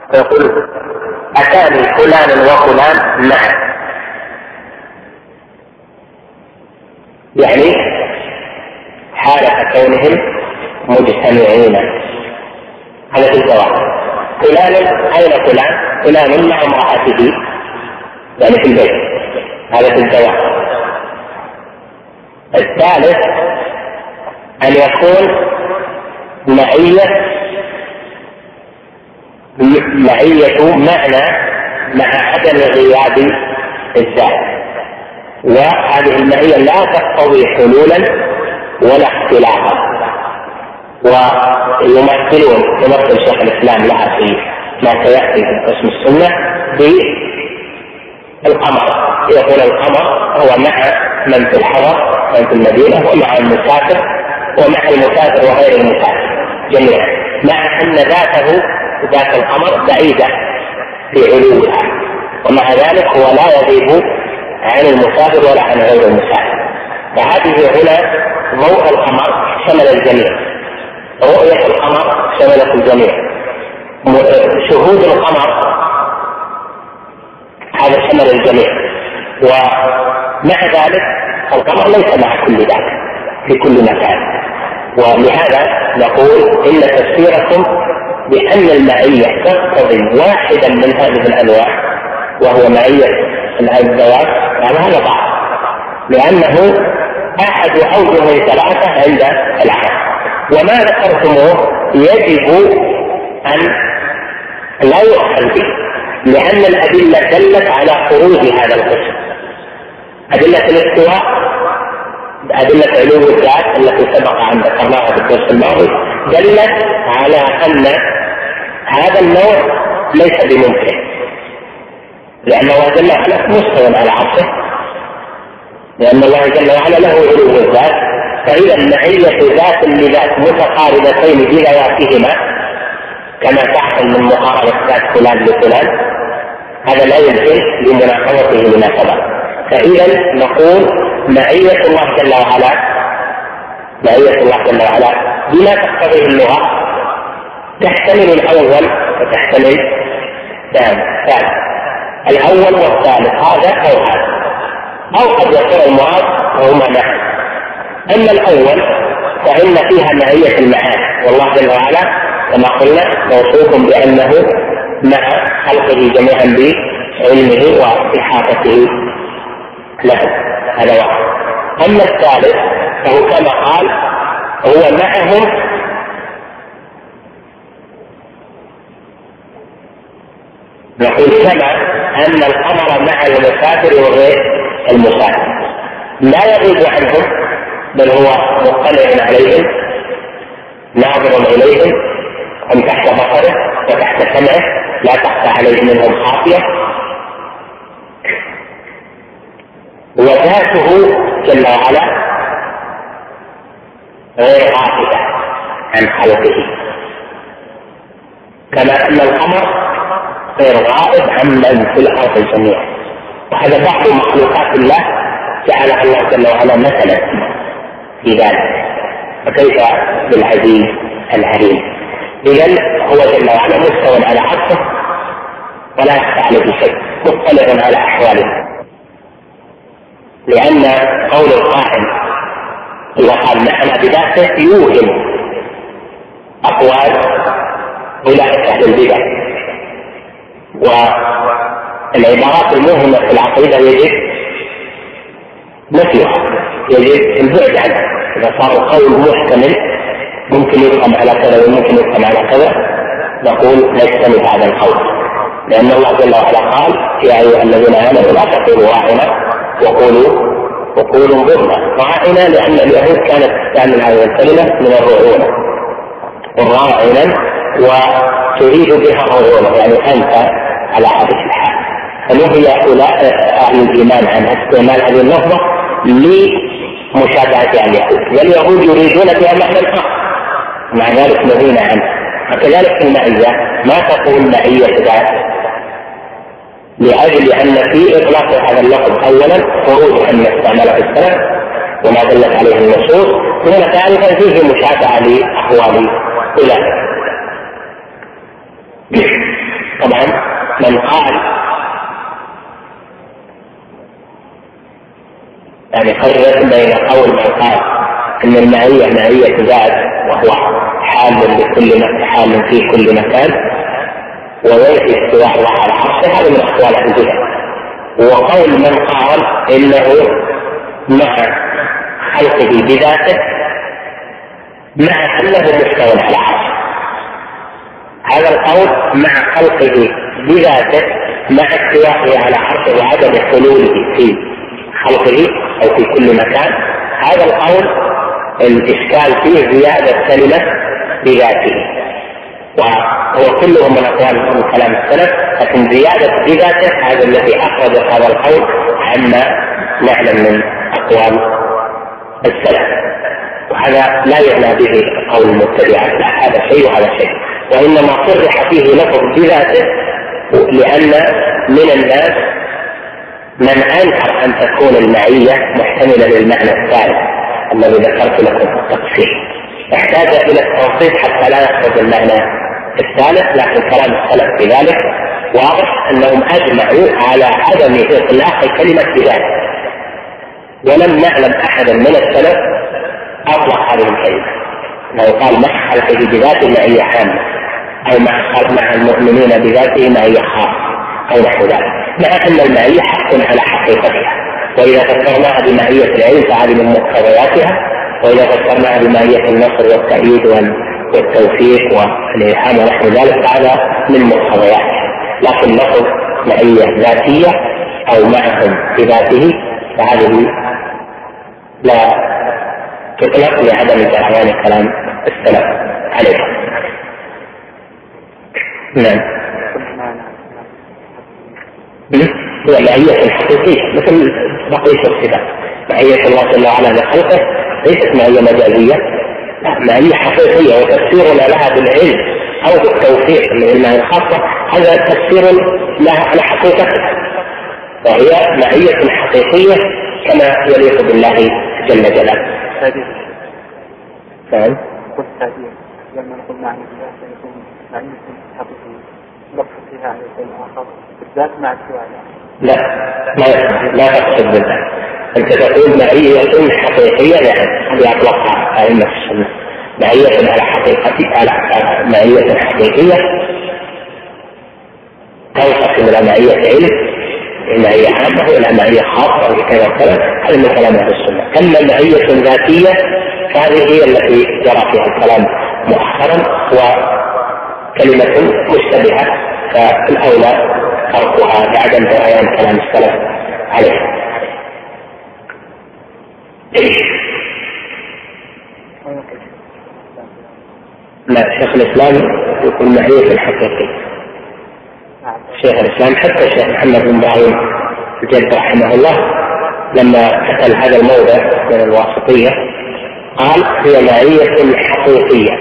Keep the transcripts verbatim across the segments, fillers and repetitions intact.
فيقول أتاني فلان وفلان معا، يعني حالة كونهم مجتمعين. هذا في الزواج. فلان أين فلان؟ فلان مع امرأته، يعني في البيت. هذا في الزواج. الثالث أن يكون معية معية معنى مع عدم غياب الذات، وهذه المعية لا تقتضي حلولا ولا اختلافا. ويمثلون يمثل شيخ الإسلام لها في ما سيأتي في قسم السنة بالقمر. يقول القمر هو مع من في الحضر من في المدينة، ومع المسافر ومع المسافر وغير المسافر جميعا، مع أن ذاته ذات القمر بعيدة في علوها، ومع ذلك هو لا يغيب عن المسافر ولا عن غير المسافر. فهذه هنا ضوء القمر شمل الجميع، رؤية القمر شملت الجميع، شهود القمر هذا شمل الجميع. ومع ذلك القمر ليس مع كل ذلك في كل مكان. ولهذا نقول إن تفسيركم بأن المعية تقتضي واحدا من هذه الأنواع وهو معية الزواج، يعني هذا ضعف، لأنه أحد أوجه ثلاثة عند العرب. وما ذكرتموه يجب أن لا يؤخذ به، لأن الأدلة دلت على خروج هذا القسم. أدلة الاستواء، أدلة علو الذات التي سبق أن ذكرناها في الدرس الماضي، دلت على أن هذا النوع ليس بممكن، لأنه جل وعلا مستوى على عرشه، لأن الله جل وعلا له علو الذات. فإذا معية ذات لذات متقاربتين بذواتهما كما تحصل من مقاربة ذات فلان لفلان، هذا لا يمكن لمناقضته لما سبق. فإذا نقول معية الله جل وعلا معية الله جل وعلا بما تقتضيه اللغة تحتمل الأول وتحتمل الثاني، الأول والثالث، هذا أو هذا، أو قد يكون المراد وهما معا. أما الأول فإن فيها معية المعاني، والله جل وعلا كما قلنا موصوف بأنه مع خلقه جميعا بعلمه وإحاطته له، هذا واحد. أما الثالث فهو كما قال هو معهم نقول كما أن القمر مع المسافر وغير المسافر لا يغيب عنهم، بل هو مطلع عليهم ناظر إليهم، هم تحت بصره وتحت سمعه، لا تخفى عليه منهم خافية. وذاته جل وعلا غير غافلة عن خلقه، كما أن القمر غير غائب عن من في الأرض الجميع. وهذا بعض مخلوقات الله جعلها الله جل وعلا مثلا في ذلك، فكيف بالعزيز العليم. إذن هو جل وعلا مستوى على عرشه ولا يخفى عليه شيء، مطلع على أحواله. لأن قول القائل إذا قال نحن بذاته يوهم أقوال أولئك أهل البدع، والعبارات الموهمة في العقيدة يجب نفيها، يجب البعد عنها. إذا صار القول محتمل ممكن يفهم على كذا وممكن يفهم على كذا، نقول نجتنب هذا القول، لأن الله جل وعلا قال يا أيها الذين آمنوا لا تقولوا راعنا وقولوا وقولوا انظرنا. راعنا لأن اليهود كانت تستعمل هذه الكلمة من الرعونة، والراعنا وتريد بها الرعونة، يعني أنت على هذه الحال. فنهي أهل الإيمان عن استعمال هذه اللفظة لمشابهة اليهود، واليهود يريدون بها معنى آخر، مع ذلك نهينا عنه. وكذلك المعية ما تقول معية ذات، لأجل أن في إطلاق هذا اللفظ أولا خروج عن استعمال في السلام وما دلت عليه النصوص، ثم ثالثا فيه مشابهة لأحوال أولئك. من قال يعني فرق بين قول من قال ان المعية معية ذات وهو حال لكل حال في كل مكان وينفي استواء الله على عرشه، هذا من اقوال البدع. وقول من قال انه مع خلقه بذاته مع انه مستوى على عرشه، هذا القول مع خلقه بذاته مع استوائه على عرشه وعدم حلوله في خلقه او في كل مكان، هذا القول الاشكال فيه زيادة كلمة بذاته، وهو كله من اقوال من كلام السلف، لكن زيادة بذاته هذا الذي اخرج هذا القول عما نعلم من اقوال السلف، وهذا لا يعنى به قول المبتدعة، لا هذا شيء وهذا شيء، وانما صرح فيه لفظ بذاته لان من الناس من انكر ان تكون المعية محتملة للمعنى الثالث الذي ذكرت لكم في التفصيل، احتاج الى التوصيف حتى لا يخرج المعنى الثالث، لكن كلام السلف في ذلك واضح انهم اجمعوا على عدم اطلاق كلمة بذاته، ولم نعلم احدا من السلف اطلق هذه الكلمة، لو قال مع خلقه بذاته معية عامة او مع مع المؤمنين بذاته معية خاصة او نحو ذلك، مع ان المعية حق على حقيقتها، واذا فسرناها بمعية العلم فهذه من مقتضياتها، واذا فسرناها بمعية النصر والتأييد والتوفيق والإلهام ونحو ذلك فهذا من مقتضياتها، لكن لفظ معية ذاتية او معهم بذاته فهذه لا تطلق لعدم جريان كلام السلف عليها. نعم. هي معية حقيقية مثل بقية الصفات، معية الله جل وعلا لخلقه ليست معية مجازية، لا معية حقيقية، وتفسيرنا لها بالعلم أو بالتوفيق لأنها الخاصة هذا تفسير لها على حقيقتها، وهي معية حقيقية كما يليق بالله جل جلاله. نعم. لما نقول معنى الله سيكون معية حقيقية نقصد فيها على شيء آخر بالذات مع السؤال. لا لا لا تقصد بالله، أنت تقول معية حقيقية يعني هذه أطلقها أئمة السنة، معية على حقيقة على معية حقيقية تنقسم إلى معية علم إلى معية عامة وإلى معية خاصة وكذا وكذا، هذا من كلام أهل السنة. أما معية ذاتية فهذه هي التي جرى فيها الكلام مؤخرا وكلمة مشتبهة، فالأولى تركها بعد بيان كلام السلف عليه. لا شيخ الإسلام يكون معية الحقيقي، شيخ الإسلام حتى الشيخ محمد بن إبراهيم الجد رحمه الله لما كتب هذا الموضع من الواسطية قال هي معية حقيقية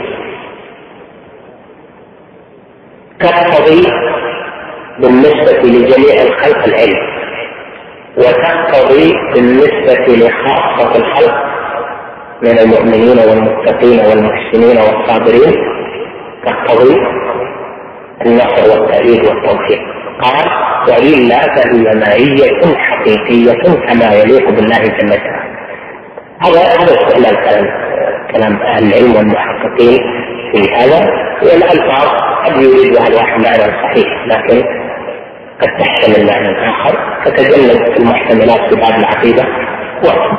تقتضي بالنسبة لجميع الخلق العلم، وتقتضي بالنسبة لخاصة الخلق من المؤمنين والمتقين والمحسنين والصابرين تقتضي النصر والتأييد والتوفيق. قال وإلا فهي معية حقيقية كما يليق بالله جل وعلا. هذا هذا استعمال كلام كلام أهل العلم والمحققين في هذا، والألفاظ قد يريدها الواحد معنى صحيح لكن قد تحتمل معنى آخر، فتجنب المحتملات في باب العقيدة وقت.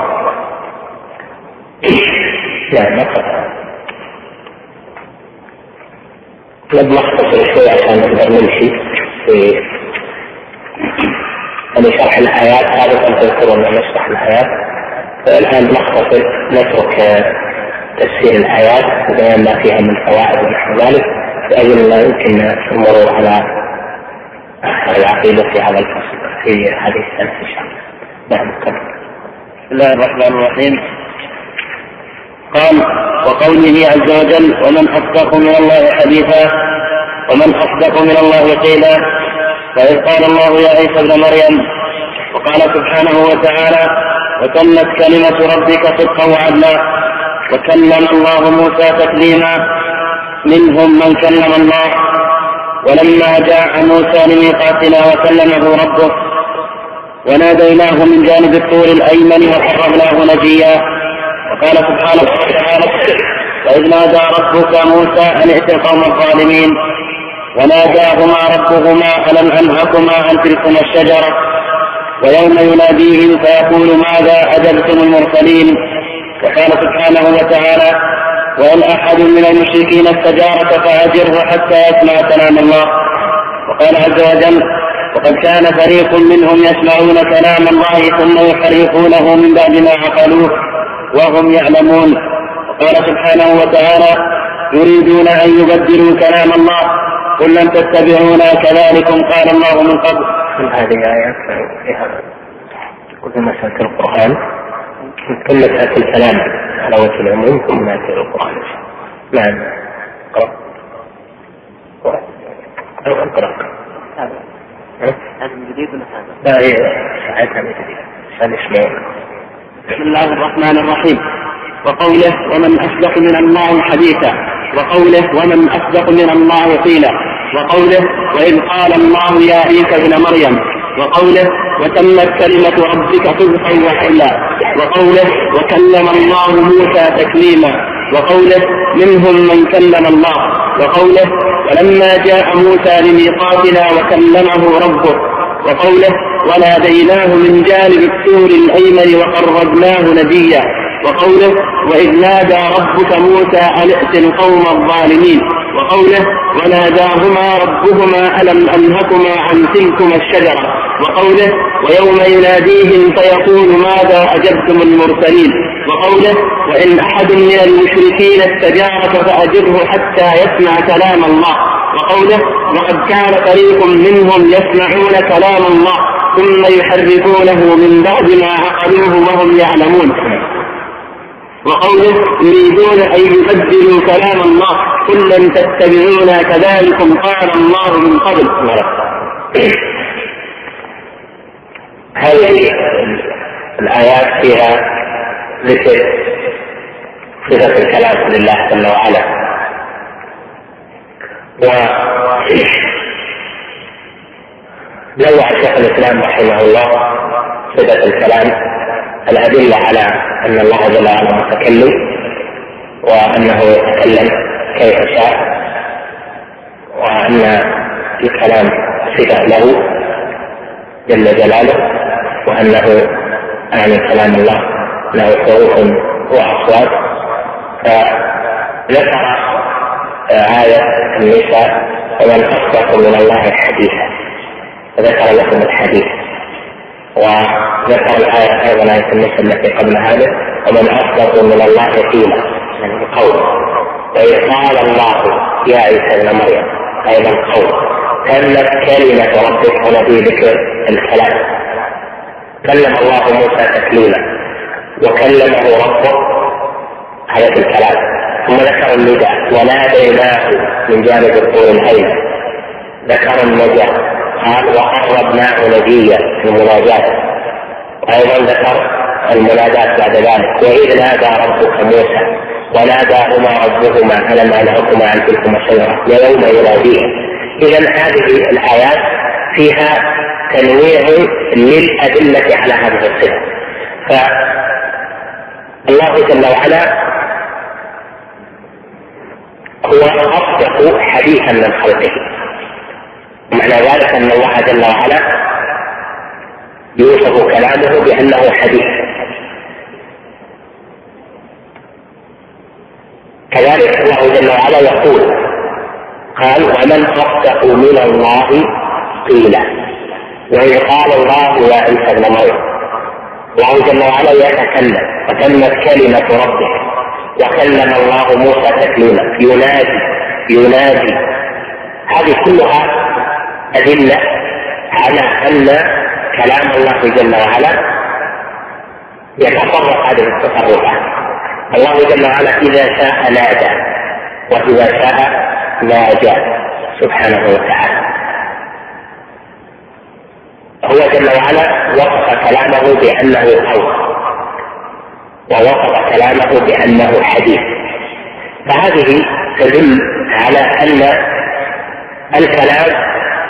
لا ما قد نبغى نختصر شوي عشان نقدر نمشي في يعني شرح الآيات. هذا كنت تذكرون أن نشرح الآيات، فالآن نختصر نترك تفسير الآيات وبيان ما فيها من فوائد ونحو ذلك، لأجل الله يمكن المرور على العقيدة في هذا الفصل في هذه السنة إن شاء الله. نعم. بسم الله الرحمن الرحيم. قال وقوله عز وجل ومن أصدق من الله حديثا ومن أصدق من الله قيلا، فإذ قال الله يا عيسى ابن مريم، وقال سبحانه وتعالى وتمت كلمة ربك صدقا وعدلا، وكلم الله موسى تكليما، منهم من كلم الله ولما جاء موسى لميقاتنا وكلمه ربه وناديناه من جانب الطور الأيمن وقربناه نجيا. وقال سبحانه وتعالى وإذ نادى ربك موسى أن ائت القوم الظالمين وناداهما ربهما ألم أنهكما عن تلكما الشجرة ويوم يناديهم فيقول ماذا أجبتم المرسلين. وقال سبحانه وتعالى وإن أحد من المشركين استجارك فأجره حتى يسمع كلام الله. وقال عز وجل وقد كان فريق منهم يسمعون كلام الله ثم يحرفونه من بعد ما عقلوه وهم يعلمون. وقال سبحانه وتعالى يريدون أن يبدلوا كلام الله قل لن تتبعونا كذلكم قال الله من قبل. هذه آيات فيها كل مسألة القرآن كل مسألة الكلام على وجه العموم ثم نأتي القرآن. نعم اقرأ اقرأ اقرأ هذا من جديد ولا هذا؟ لا هي ساعتها من جديد عشان يسمعون. بسم الله الرحمن الرحيم. وقوله ومن أصدق من الله حديثا. وقوله ومن أصدق من الله قيلا. وقوله وإذ قال الله يا عيسى ابن مريم. وقوله وتمت كلمة ربك صدقا وعدلا. وقوله وكلم الله موسى تكليما. وقوله منهم من كلم الله. وقوله ولما جاء موسى لميقاتنا وكلمه ربه. وقوله وناديناه من جانب الطور الأيمن وقربناه نجيا. وقوله وإذ نادى ربك موسى أن ائت القوم الظالمين. وقوله وناداهما ربهما ألم أنهكما عن تلكما الشجرة. وقوله ويوم يناديهم فيقول ماذا أجبتم المرسلين. وقوله وإن أحد من المشركين استجارك فأجره حتى يسمع كلام الله. وقوله وقد كان فريق منهم يسمعون كلام الله ثم يحرفونه من بعد ما عقلوه وهم يعلمون. وقوله يريدون أن يبدلوا كلام الله قل لن تتبعونا كذلكم قال الله من قبل. هذه الآيات فيها ذكر صفة الكلام لله جل وعلا. ونوع شيخ الإسلام رحمه الله صفة الكلام الأدلة على أن الله جل وعلا متكلم وأنه يتكلم كيف شاء وأن الكلام صفة له جل جلاله وأنه يعني كلام الله له حروف وأصوات. فذكر آية النساء ومن أصدق من الله حديثا فذكر لكم الحديث. وذكر الآية أيضا آية النساء التي قبل هذا ومن أصدق من الله قيلا يعني قول. وإذ قال الله يا عيسى ابن مريم أيضا قول. تمت كلمة ربك هنا في ذكر الكلام. كلم الله موسى تكليما وكلمه ربه على الكلام. ثم ذكر النداء وناديناه من جانب الطور الأيمن. ذكر النجاة قال وقربناه نجيا في المناجاة. وأيضا ذكر المنادات بعد ذلك وإذ نادى ربك موسى وناداهما ربهما ألم أنهكما عن تلكما الشجرة ويوم يناديهم. إذن هذه الآيات فيها تنويع للأدلة على هذه الصفة. فالله جل وعلا هو أصدق حديثا من خلقه. معنى ذلك أن الله جل وعلا يوصف كلامه بأنه حديث. كذلك الله جل وعلا يقول قال ومن أصدق من الله قيلا. وإذ قال الله يا عيسى ابن مريم. الله جل وعلا يتكلم وتمت كلمة ربه وكلم الله موسى تكليما ينادي ينادي. هذه كلها أدلة على أن كلام الله جل وعلا يتصرف هذه التصرفات. الله جل وعلا إذا شاء نادى وإذا شاء ناجى سبحانه وتعالى. هو جل وعلا وصف كلامه بأنه قول ووصف كلامه بأنه حديث. فهذه تدل على أن الكلام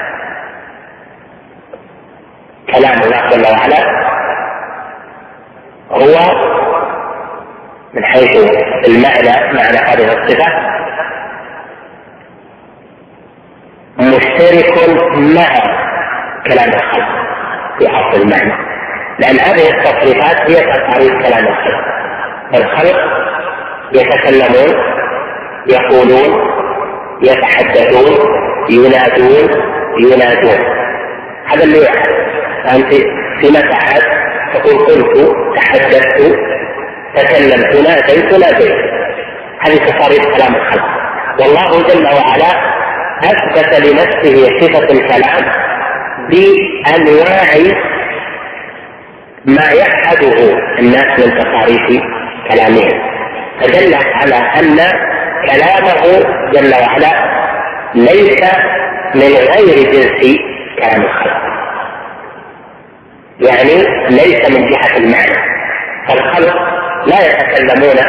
كلام الله جل وعلا هو من حيث المعنى معنى هذه الصفة مشترك مع كلام الخلق في أصل المعنى، لأن هذه التصريفات هي تعريف كلام الخلق. الخلق يتكلمون، يقولون، يتحدثون، ينادون، ينادون، هذا اللي يحدث. أنت فيما تحدث تقول قلت، تحدثت، تكلمت، ناديت، ناديت، هذه تصاريف كلام الخلق. والله جل وعلا أثبت لنفسه صفة الكلام بأنواع ما يحده الناس من تصاريف كلامهم، فدل على أن كلامه جل وعلا ليس من غير جنس كلام الخلق، يعني ليس من جهة المعنى. فالخلق لا يتكلمون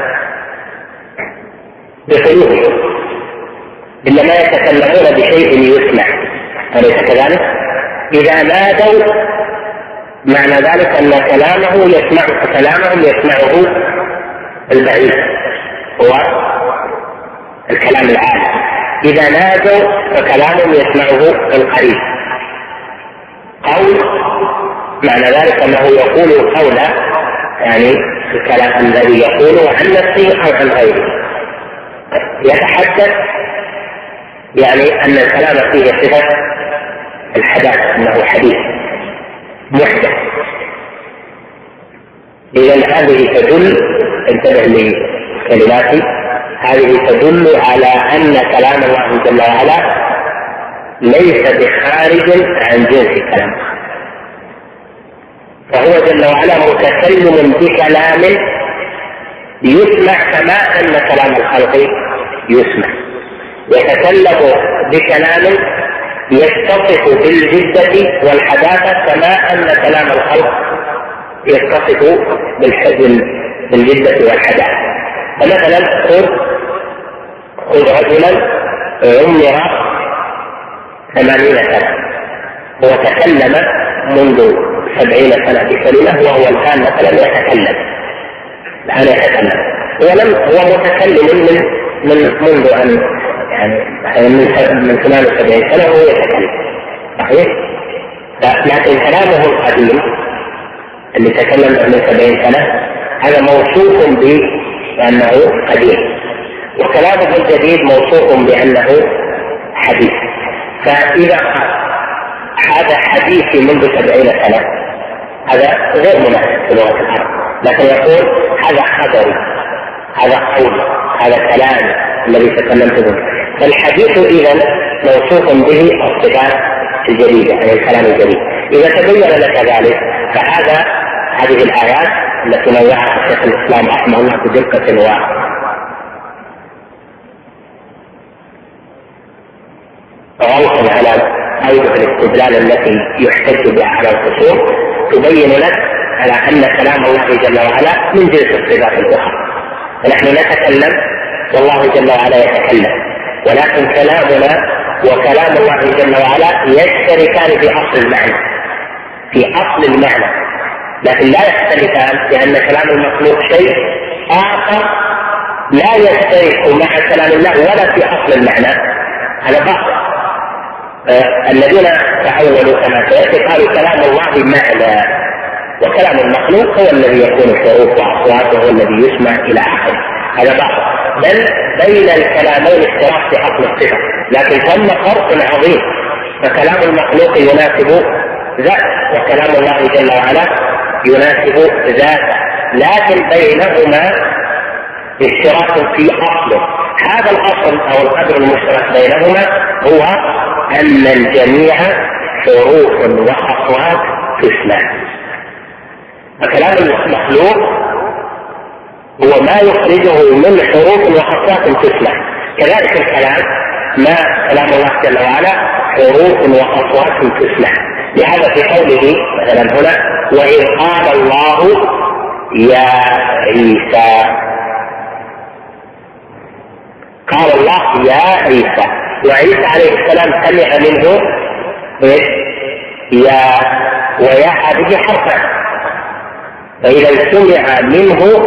بقلوبهم، إنما يتكلمون بشيء يسمع، أليس كذلك؟ إذا نادوا معنى ذلك أن كلامه يسمع كلامهم يسمعه البعيد، هو الكلام العالي. إذا نادوا فكلامهم يسمعه القريب. قول معنى ذلك أنه يقول قولا، يعني الكلام الذي يقوله عن نفسه أو عن غيره. يتحدث يعني أن الكلام فيه صفة الحداث، أنه حديث محدث. إذن هذه تدل، انتبه لكلماتي، هذه تدل على أن كلام الله جل وعلا ليس بخارج عن جنس كلام، فهو جل وعلا متكلم بكلام يسمع كما أن كلام الخلق يسمع، يتكلم بكلام يتصف بالجدة والحداثة كما أن كلام الخلق يتصف بالجدة والحداثة. فمثلا خذ خذ رجلا عمر ثمانين سنة، هو تكلم منذ سبعين سنة بكلمة، وهو الآن مثلا يتكلم، الآن يتكلم، ولم هو متكلم من من منذ أن يعني من من ثمان وسبعين سنة وهو يتكلم، صحيح؟ لكن كلامه القديم اللي تكلم من سبعين سنة هذا موصوف بأنه قديم، وكلامه الجديد موصوف بأنه حديث. فإذا هذا حديثي منذ سبعين سنة هذا غير مناسب في لغة العرب، لكن يقول هذا خبري، هذا قول، هذا كلام الذي تكلمت به. فالحديث إذن موصوف به الصفات الجديدة، يعني الكلام الجديد. إذا تبين لك ذلك فهذا هذه الآيات التي نوعها شيخ الإسلام رحمه الله بدقة و غوصا على أوجه الاستدلال التي يحتج بها على الخصوم، تبين لك على أن كلام الله جل وعلا من جنس الصفات الأخرى. فنحن نتكلم والله جل وعلا يتكلم، ولكن كلامنا وكلام الله جل وعلا يشتركان في أصل المعنى، في أصل المعنى، لكن لا يختلفان، لأن كلام المخلوق شيء آخر لا يشترك مع كلام الله ولا في أصل المعنى. هذا بعض آه الذين تحولوا كما سيأتي قالوا كلام الله معنى، وكلام المخلوق هو الذي يكون حروف وأصوات وهو الذي يسمع إلى آخره. هذا بعض، بل بين الكلامين اشتراك في أصل الصفة، لكن ثم فرق عظيم، فكلام المخلوق يناسب ذات، وكلام الله جل وعلا يناسب ذاته، لكن بينهما اشتراك في أصله. هذا الأصل أو القدر المشترك بينهما هو أن الجميع حروف وأصوات تسمع. فكلام المخلوق هو ما يخرجه من حروف وأصوات تسمع، كذلك الكلام ما كلام الله جل وعلا حروف وأصوات تسمع. لهذا في قوله مثلا هنا وإذ قال الله يا عيسى، قال الله يا عيسى، وعيسى عليه السلام سمع منه يا ويا هذه حرفان، فإذا سمع منه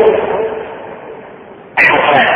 حرفان،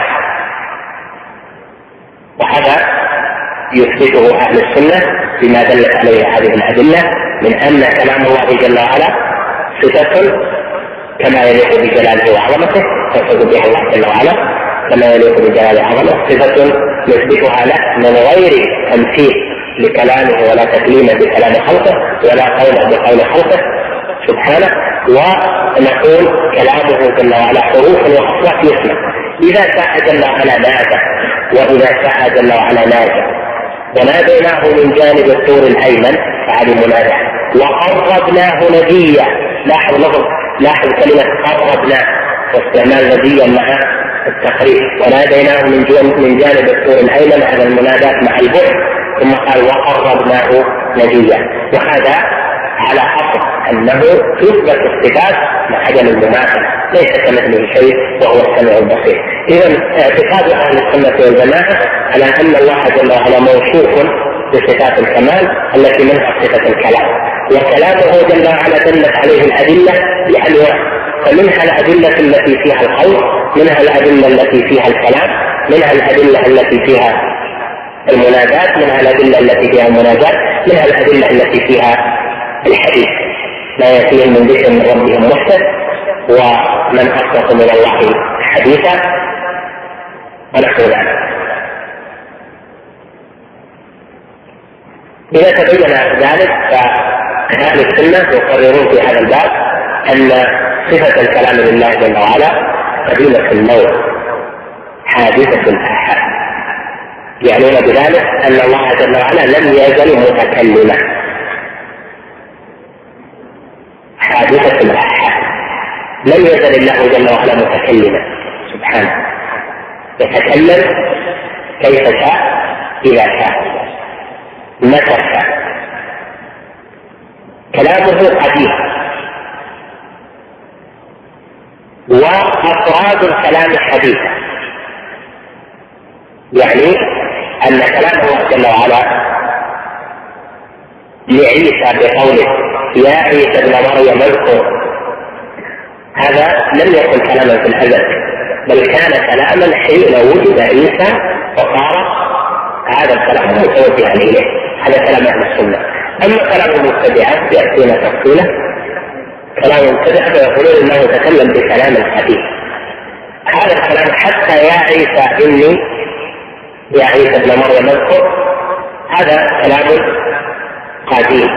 وهذا يثبته أهل السنة بما دلت عليه هذه الأدلة من أن كلام الله جل وعلا صفة كما يليق بجلاله وعظمته، تصف بها الله جل وعلا كما يليق بجلاله وعظمته، صفة نثبتها له من غير تمثيل لكلامه ولا تكليما بكلام خلقه ولا قوله بقول خلقه سبحانه. ونقول كلامه جل وعلا حروف واصوات يسمع، اذا شاء جل وعلا نادى، واذا شاء جل وعلا نادى، وناديناه من جانب الطور الايمن فهذه منادى، وقربناه نجيا. لاحظ لفظ لاحظ كلمه قربناه واستعمال نجيا مع التقريب، وناديناه من من جانب الطور الايمن، هذا المناداه مع البعد، ثم قال وقربناه نجيا. وهذا على حسب انه يثبت الصفات مع عدم المماثله، ليس كمثله شيء وهو السميع البصير. اذا اعتقاد اهل السنه والجماعه على ان الله جل وعلا موصوف بصفات الكمال التي منها صفه الكلام، وكلامه جل وعلا دلت عليه الادله بانواع، فمنها الادله التي فيها القول، منها الادله التي فيها الكلام، منها الادله التي فيها المناجات، منها الادله التي فيها المناجات، منها الادله التي فيها الحديث، ما ياتيهم من ذكر من ربهم محدث ومن اصدق من الله حديثا ونحو ذلك. إذا تبين ذلك فأهل السنة يقررون في هذا الباب أن صفة الكلام لله جل وعلا قديمة النوع حادثة الآحاد، يعنون بذلك أن الله جل وعلا لم يزل متكلما، حادثة الآحاد، لم يزل الله جل وعلا متكلما سبحانه، يتكلم كيف شاء إذا شاء متى شاء. كلامه قديم، وأفراد الكلام حديثة، يعني أن كلام الله جل وعلا لعيسى بقوله يا عيسى ابن مريم اذكر، هذا لم يكن كلاما في الأزل، بل كان كلاما حين وجد عيسى وصار هذا الكلام متوجها إليه، هذا كلام أهل السنة. أما كلام المبتدعات يأتينا تفصيله، كلام المبتدعة فيقولون إنه يتكلم بكلام حديث، هذا الكلام حتى يا عيسى إني يا عيسى ابن مريم اذكر، هذا كلام قديم،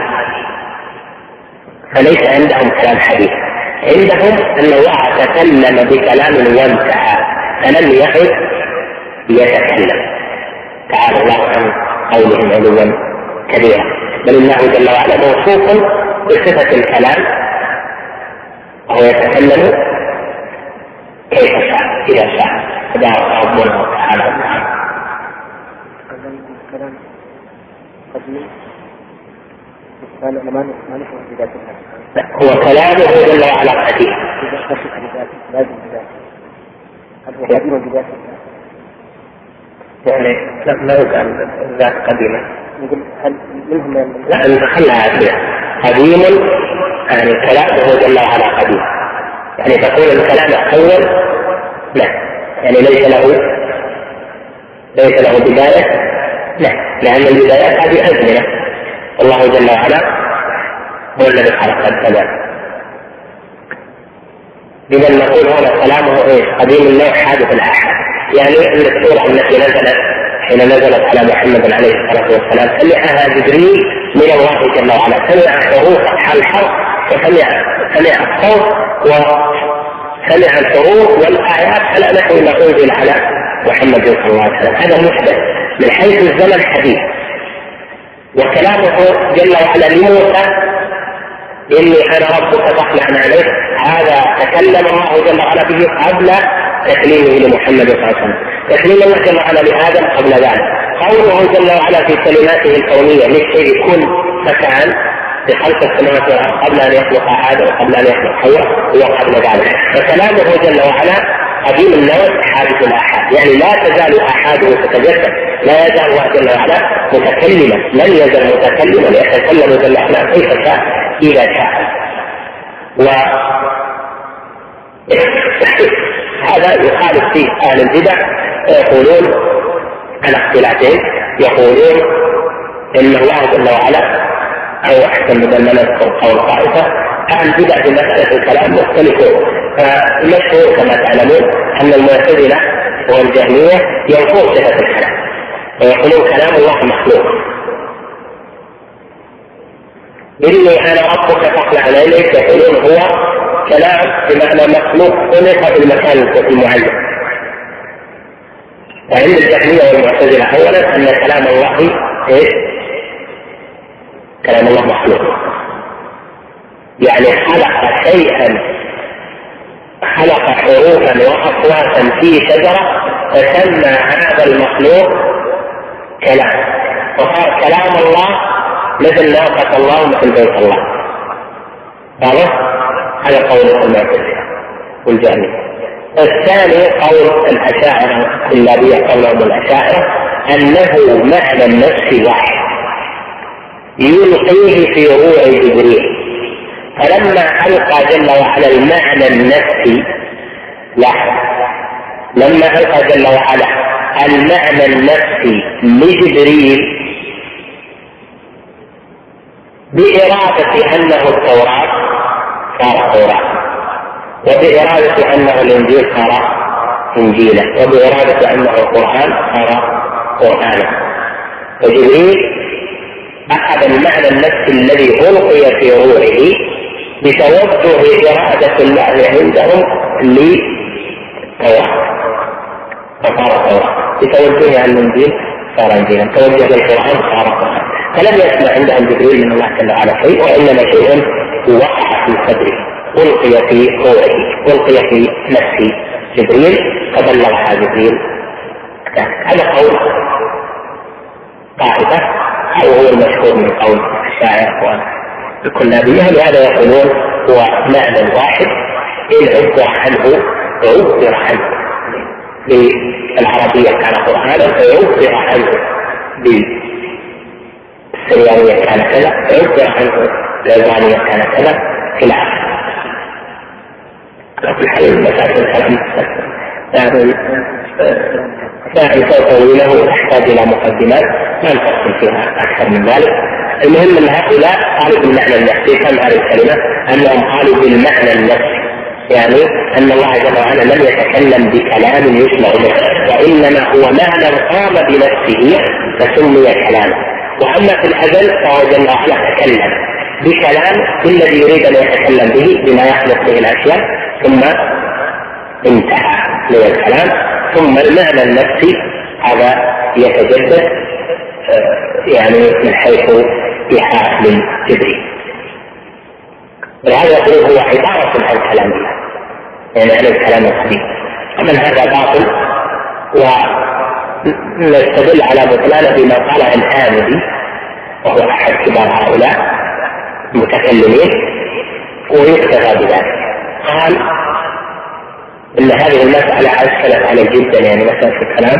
فليس عندهم كلام حديث، عندهم أن الله تكلم بكلام وانتهى فلم يعد يتكلم، تعالى الله عن قولهم علوا كبيرا، بل الله جل وعلا موصوف بصفة الكلام وهو يتكلم كيف شاء إذا شاء، تبارك ربنا وتعالى وتعالى. الكلام قديم ما نفهم بذات الله، هو كلامه جل وعلا قديم، لازم بذاته، هل هو قديم بذات الله؟ يعني لا لا يقال ذات قديمة، نقول هل منهم من لا نخلها كذا قديم، يعني كلامه جل وعلا قديم، يعني تقول الكلام أول لا، يعني ليس له ليس له بداية، لا، لأن البدايات هذه أزمنة، الله جل وعلا هو الذي خلق الكلام. إذا نقول هنا كلامه إيش؟ قديم النوع حادث الآحاد، يعني أن السورة التي نزلت حين نزلت على محمد عليه الصلاة والسلام سمعها جبريل من الله جل وعلا، سمع حروف الحرف وسمع سمع الصوت وسمع الحروف والآيات على نحو ما أنزل على محمد صلى الله عليه وسلم، هذا محدث من حيث الزمن حديث. وكلامه جل وعلا لموسى إني أنا ربك فاخلع عليك، هذا تكلم الله جل وعلا به قبل تكليمه لمحمد صلى الله عليه وسلم، تكليم الله جل وعلا لآدم قبل ذلك، قوله جل وعلا في كلماته الكونية للشيء كن فكان بخلق السماوات والأرض قبل أن يخلق آدم وقبل أن يخلق حواء وقبل ذلك، فكلامه جل وعلا قديم النوع حادث الآحاد، يعني لا تزال آحاده تتجسد لا يزال الله جل وعلا متكلما، لن يزال متكلما يتكلم جل وعلا كيف شاء إذا شاء. وهذا يخالف فيه أهل البدع، يقولون على اختلافين، يقولون إن الله جل وعلا أو أحسن من أن نذكر قول طائفة أهل البدع في مسألة الكلام مختلفون. فمشهور كما تعلمون أن المعتزلة والجهمية ينفون صفة الكلام ويقولون كلام الله مخلوق، إني أنا ربك فاخلع إليك، يقولون هو كلام بمعنى مخلوق خلق في المكان المعين. وعند الجهمية والمعتزلة أولا أن كلام الله إيه؟ كلام الله مخلوق، يعني خلق شيئا، خلق حروفا وأصواتا في شجرة فسمى هذا المخلوق كلام، وصار كلام الله مثل ناقة الله مثل بيت الله. هذا قول المعتزلة والجهمية. الثاني قول الأشاعرة الكلابية، قولهم الأشاعرة أنه معنى النفس واحد يلقيه في روع جبريل، فلما ألقى جل وعلا المعنى النفسي له، لما ألقى جل وعلا المعنى النفسي لجبريل بإرادة أنه التوراة صار توراة، وبإرادة أنه الإنجيل صار إنجيلا، وبإرادة أنه القرآن صار قرآنا. فجبريل أخذ المعنى النفسي الذي ألقي في روحه بتوجه إرادة الله عندهم للتوراة فصار توراة، بتوجه عن الإنجيل صار إنجيلا، توجه للقرآن صار قرآن. فلم يسمع عندهم جبريل من الله جل وعلا شيء، وإنما شيء وقع في صدره، ألقي في روحه، ألقي في نفس جبريل فبلغها جبريل. هذا قول طائفة، أو هو المشهور من قول الشاعر والكلابية، لهذا يقولون هو معنى واحد إن عبر عنه عبر عنه بالعربية كان قرآنا، فيعبر عنه بالسريانية كان كذا، عبر عنه بالعبرانية كان كذا إلى آخره. على كل حال مسائل الكلام يعني يعني طويلة تحتاج إلى مقدمات ما نفصل فيها أكثر من ذلك. المهم أن هؤلاء قالوا بالمعنى النفسي، كم هذه الكلمة أنهم قالوا بالمعنى النفسي، يعني أن الله جل وعلا لم يتكلم بكلام يسمع له، وإنما هو معنى قام بنفسه فسمي كلاما. وأما في الأزل فهو جل وعلا تكلم بكلام الذي يريد أن يتكلم به بما يخلق به الأشياء، ثم انتهى من الكلام. ثم المعنى النفسي هذا يتجدد يعني من حيث إيحاء من جبريل، ولهذا يقول هو عبارة عن كلام الله، يعني عن الكلام القديم. ومن هذا باطل، ونستدل على بطلانه بما قاله الآمدي وهو أحد كبار هؤلاء المتكلمين، ويكتفى بذلك. قال إن هذه المسألة أشكلت على جدا، يعني مسألة الكلام.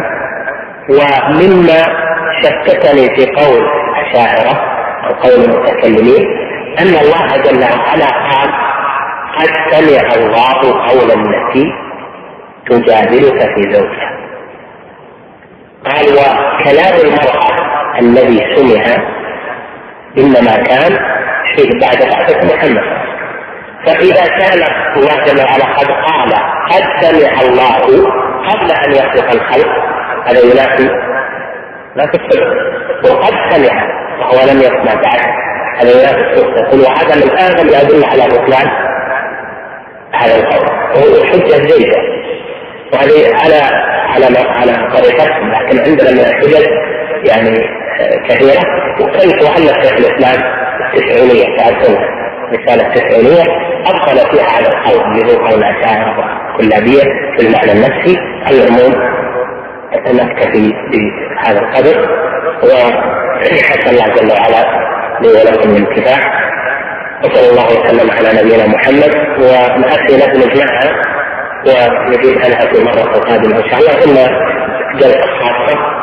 ومما شككني في قول الأشاعرة أو قول المتكلمين أن الله جل وعلا قال قد سمع الله قول التي تجادلك في زوجها. قال وكلام المرأة الذي سمع إنما كان فيه بعد بعثة محمد. فإذا كان الله جل وعلا قد قال قد سمع الله قبل أن يخلق الخلق، هذا ينافي لا تفسر، وقد سمع وهو لم يسمع بعد، هذا ينافي التفسير. وهذا من أعظم الأدلة على بطلان هذا القول، وهو حجة جيدة، وهذه على على على طريقتهم، لكن عندنا من الحجج يعني كثيرة. وكيف أن شيخ الإسلام التسعينية تعرفون رسالة التسعينية أدخل فيها على القول اللي هو قول الأشاعرة والكلابية في المعنى النفسي. العموم نكتفي بهذا القدر، وحتى الله جل وعلا لي ولكم من الكفاح. وصلى الله وسلم على نبينا محمد. ونأتي نبنج معها ونجيب عنها في مرة قادمة إن شاء الله، إلا جلسة خاصة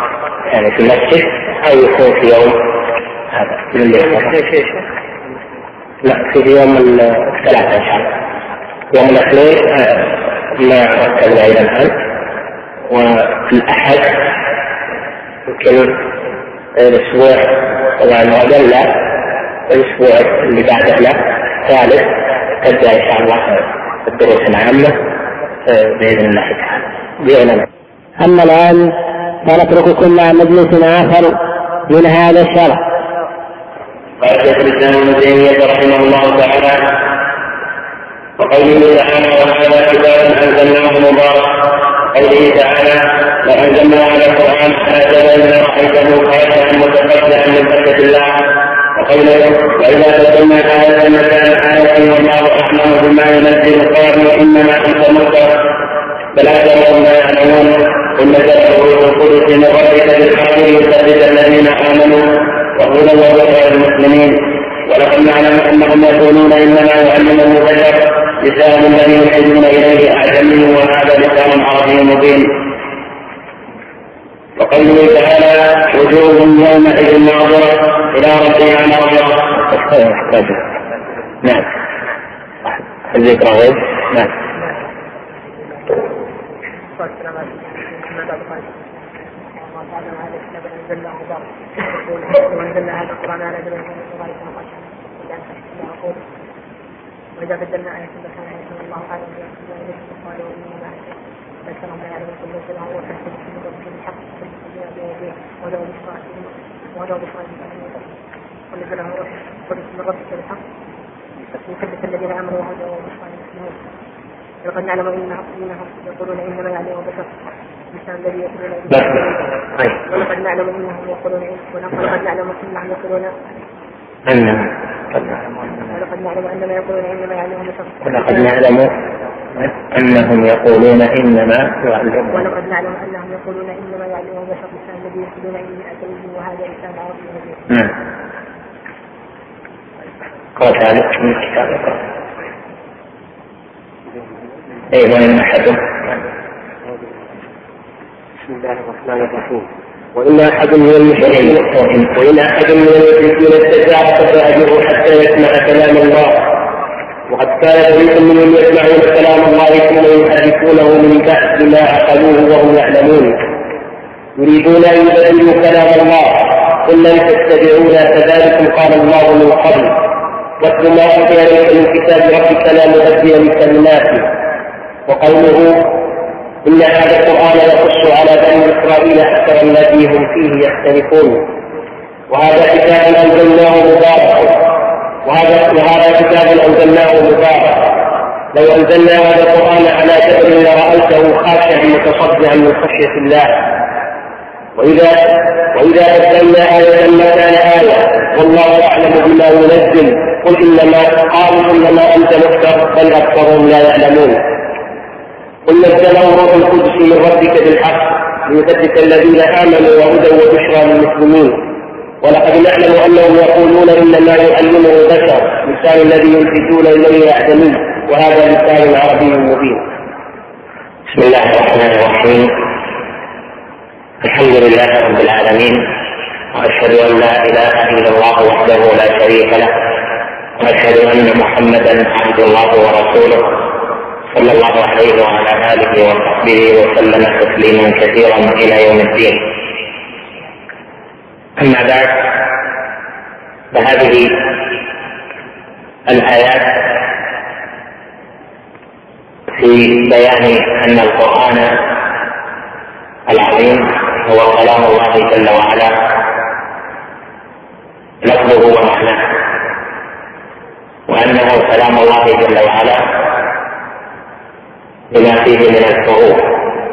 يعني في المسجد أو يكون في يوم هذا من اللي لا في يوم الثلاثة إن شاء الله. يوم الاثنين ما ركزنا إلى الآن، وفي الأحد يمكن الأسبوع طبعا وقبل الأسبوع اللي بعده لا ثالث تبدأ إن شاء الله الدروس العامة بإذن الله تعالى بإذن الله. أما الآن فنترككم مع مجلس آخر من هذا الشرح. قال شيخ الإسلام ابن تيمية رحمه الله تعالى: وقوله تعالى: وهذا كتاب أنزلناه مبارك. قوله تعالى: وأنزلنا على القرآن على جبل رأيته خاشعا متصدعا من خشية الله. وقوله: وإذا بدلنا آية مكان آية والله أعلم بما ينزل قالوا إنما أنت مفتر بل أكثرهم لا يعلمون. قل نزل الروح القدس من ربك بالحق ليثبت الذين آمنوا وهدى وبشرى للمسلمين. ولقد نعلم أنهم يقولون إنما يعلمه بشر لسان الذي يلحدون إليه أعجمي وهذا لسان عربي مبين. وقوله تعالى: وجوه يومئذ ناظرة إلى ربها ناظرة. نعم الذكر غير. نعم وأنزلنا هذا القرآن على جبل وإذا بدلنا آية مكان آية والله أعلم بما ينزل قالوا إنما أكثرهم لا يعلمون كل شيء وهو حسب من ربهم الحق ولو بشرى ولو بشرى ونزله القدس من ربك بالحق ليثبت الذين آمنوا وهدى وبشرى للمسلمين. ولقد نعلم إنهم يقولون إنما يعلمه بشر لسان الذي يقولون ولقد نعلم إنهم يقولون ولقد نعلم إنهم يقولون ولقد نعلم أنما يقولون إنما يعلمهم بشر ولقد نعلم أنهم يقولون إنما يعلمهم ولقد نعلم أنهم يقولون إنما يعلمهم بشر لسان الذي يقولون إني أتيت وهذا لسان عربي مبين. نعم. قال ذلك من كتابك. أي وإن أحد. بسم الله الرحمن الرحيم. وإن أحد من المشركين وإن أحد من المشركين استجاب فأجره حتى يسمع كلام الله. وقد كان فريق منهم يسمعون كلام الله ثم يحرفونه من بعد ما عقلوه وهم يعلمون يريدون أن يبدلوا كلام الله. قل لن تتبعونا كذلكم قال الله من قبل واتل ما أوحي إليك من كتاب ربك لا مبدل لكلماته. وقوله: إن هذا القرآن يقص على بني إسرائيل أكثر الذي هم فيه يختلفون. وهذا كتاب أنزلناه مبارك وهذا وهذا كتاب أنزلناه مبارك لو أنزلنا هذا القرآن على جبل لرأيته خاشعا متصدعا من خشية الله. وإذا وإذا بدلنا آية مكان آية والله أعلم بما ينزل قل إنما قالوا إنما أنت مفتر بل أكثرهم لا يعلمون. قل نزله روح القدس من ربك بالحق ليثبت الذين آمنوا وهدى وبشرى للمسلمين. ولقد نعلم أنهم يقولون إنما يعلمه بشر لسان الذي يلحدون إليه أعجمي وهذا لسان عربي مبين. بسم الله الرحمن الرحيم. الحمد لله رب العالمين، وأشهد أن لا إله إلا الله وحده لا شريك له، وأشهد أن محمدا عبد الله ورسوله صلى الله عليه وعلى آله وصحبه وسلم تسليما كثيرا إلى يوم الدين. أما بعد، فهذه الآيات في بيان أن القرآن العظيم هو كلام الله جل وعلا لفظه ومعناه، وأنه كلام الله جل وعلا بما فيه من الحروف،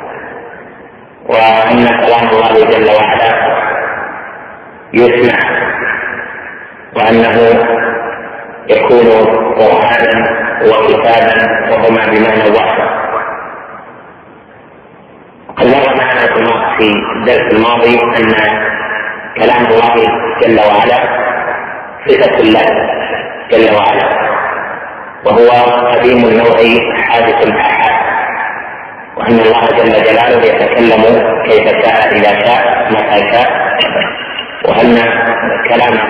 وأن كلام الله جل وعلا يسمع، وأنه يكون قرآنا وكتابا وهما بمعنى واحد. قد مر معنا في الدرس الماضي أن كلام الله جل وعلا صفة الله جل وعلا، وهو قديم النوع حادث الآحاد، وأن الله جل جلاله يتكلم كيف شاء إذا شاء متى شاء، وأن كلامه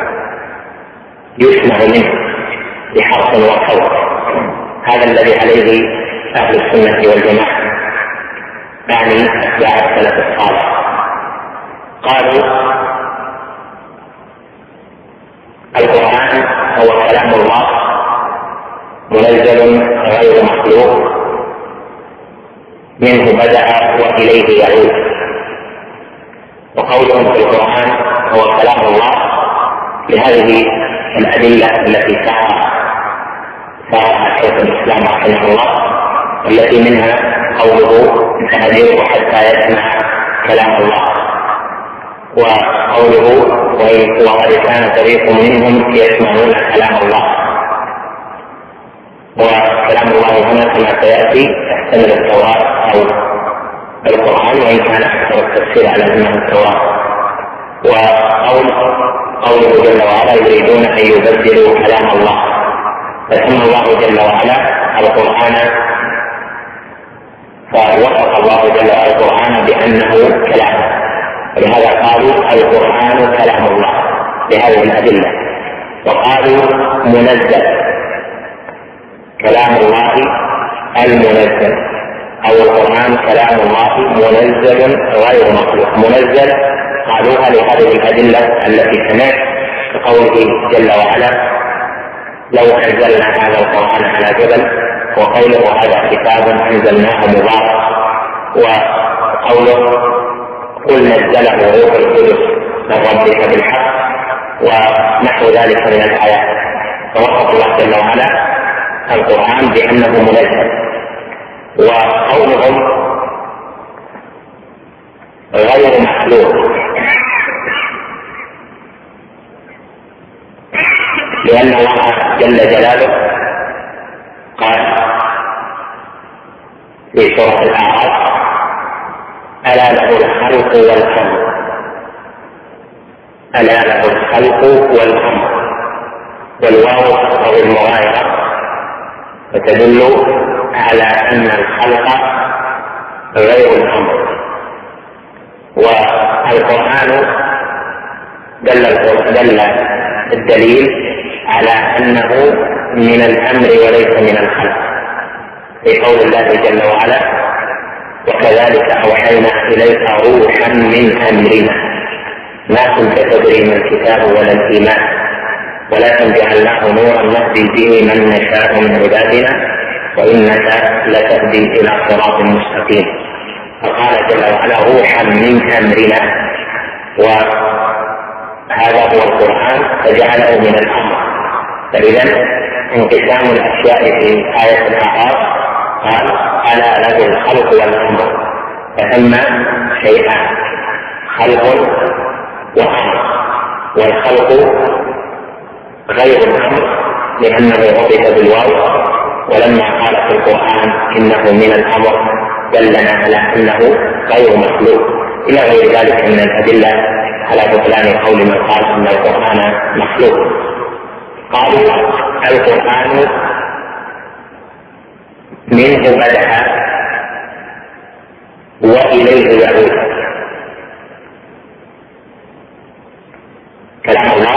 يسمع منه بحرف وصوت. هذا الذي عليه أهل السنة والجماعة، يعني أتباع السلف الصالح. قالوا القرآن هو كلام الله منزل غير مخلوق، منه بدأ وإليه يعود. وقولهم في القرآن هو كلام الله لهذه الأدلة التي سعى سعى شيخ الإسلام رحمه الله، والتي منها قوله فهديه حتى يسمع كلام الله، وقوله وقد كان فريق منهم يسمعون كلام الله. وكلام الله هنا كما سيأتي يحتمل التوراة أو القرآن، وإن كان أكثر التفسير على أنه التوراة. وقول قوله جل وعلا يريدون أن يبدلوا كلام الله، فسمى الله جل وعلا القرآن، فوصف الله جل وعلا القرآن بأنه كلام، ولهذا قالوا القرآن كلام الله بهذه الأدلة. وقالوا منزل، كلام الله المنزل، أو القرآن كلام الله منزل غير مخلوق. منزل قالوها لهذه الأدلة التي سمعت، كقوله جل وعلا لو أنزلنا هذا القرآن على جبل، وقوله هذا كتاب أنزلناه مبارك، وقوله قل نزله روح القدس من ربك بالحق، ونحو ذلك من الآيات. فوصف الله جل وعلا القرآن بأنه منزل. وقولهم غير مخلوق لأن الله جل جلاله قال في سورة الأعراف ألا له الخلق والأمر، ألا له الخلق والأمر، والواو أو المغايرة فتدل على أن الخلق غير الأمر. والقرآن دل دل الدليل على أنه من الأمر وليس من الخلق، في قول الله جل وعلا وكذلك أوحينا إليك روحا من أمرنا ما كنت تدري ما الكتاب ولا الإيمان ولكن جعلناه نورا نهدي به من نشاء من عبادنا وإنك لتهدي إلى صراط مستقيم. فقال جل وعلا روحا من أمرنا، وهذا هو القرآن فجعله من الأمر. فإذا انقسام الأشياء في آية الأعراف قال ألا له الخلق والأمر، فثم شيئان خلق وأمر. والخلق غير الأمر لأنه ربط بالواو، ولما قال في القرآن إنه من الأمر دلنا على أنه غير مخلوق، إلى غير ذلك من الأدلة على بطلان قول من قال أن القرآن مخلوق. قالوا القرآن منه بدأ وإليه يعود. كلام الله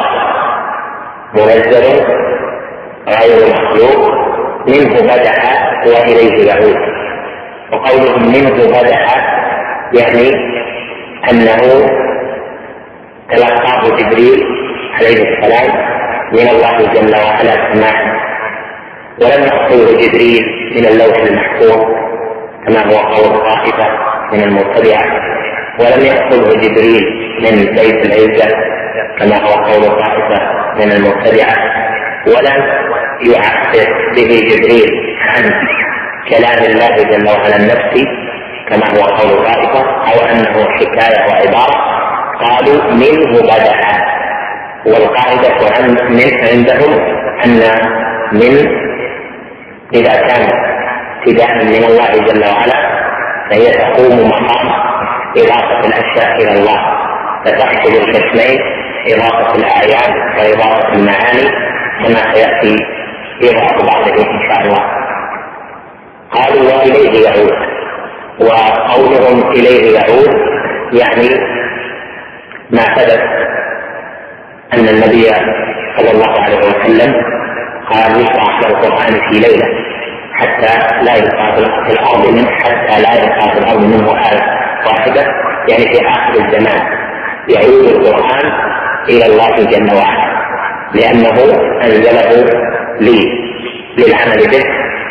منزل غير مخلوق، منه بدأ وإليه يعود. وقولهم منه بدأ يعني أنه تلقاه جبريل عليه السلام من الله جل وعلا سماعا، ولم يأخذه جبريل من اللوح المحفوظ كما هو قول طائفة من المبتدعة، ولم يأخذه جبريل من بيت العزة كما هو قول طائفة من المبتدعة، ولم يعبر به جبريل عن كلام الله جل وعلا النفسي كما هو قول طائفة، أو أنه حكاية وعبارة. قالوا منه بدأ، والقاعدة عن من عندهم أن من إذا كان ابتداء من الله جل وعلا فهي تقوم مقام إضافة الأشياء إلى الله، فتحصل القسمين إضافة الأعيان وإضافة المعاني كما سيأتي إضافة بعضه إن شاء الله. قالوا وإليه يعود، وقولهم إليه يعود يعني ما ثبت أن النبي صلى الله عليه وسلم قال يشرع في القرآن في ليلة حتى لا يبقى في الأرض منه حتى لا يبقى في الأرض منه آية واحدة، يعني في آخر الزمان يعود القرآن إلى الله جل وعلا، لأنه أنزله لي للعمل به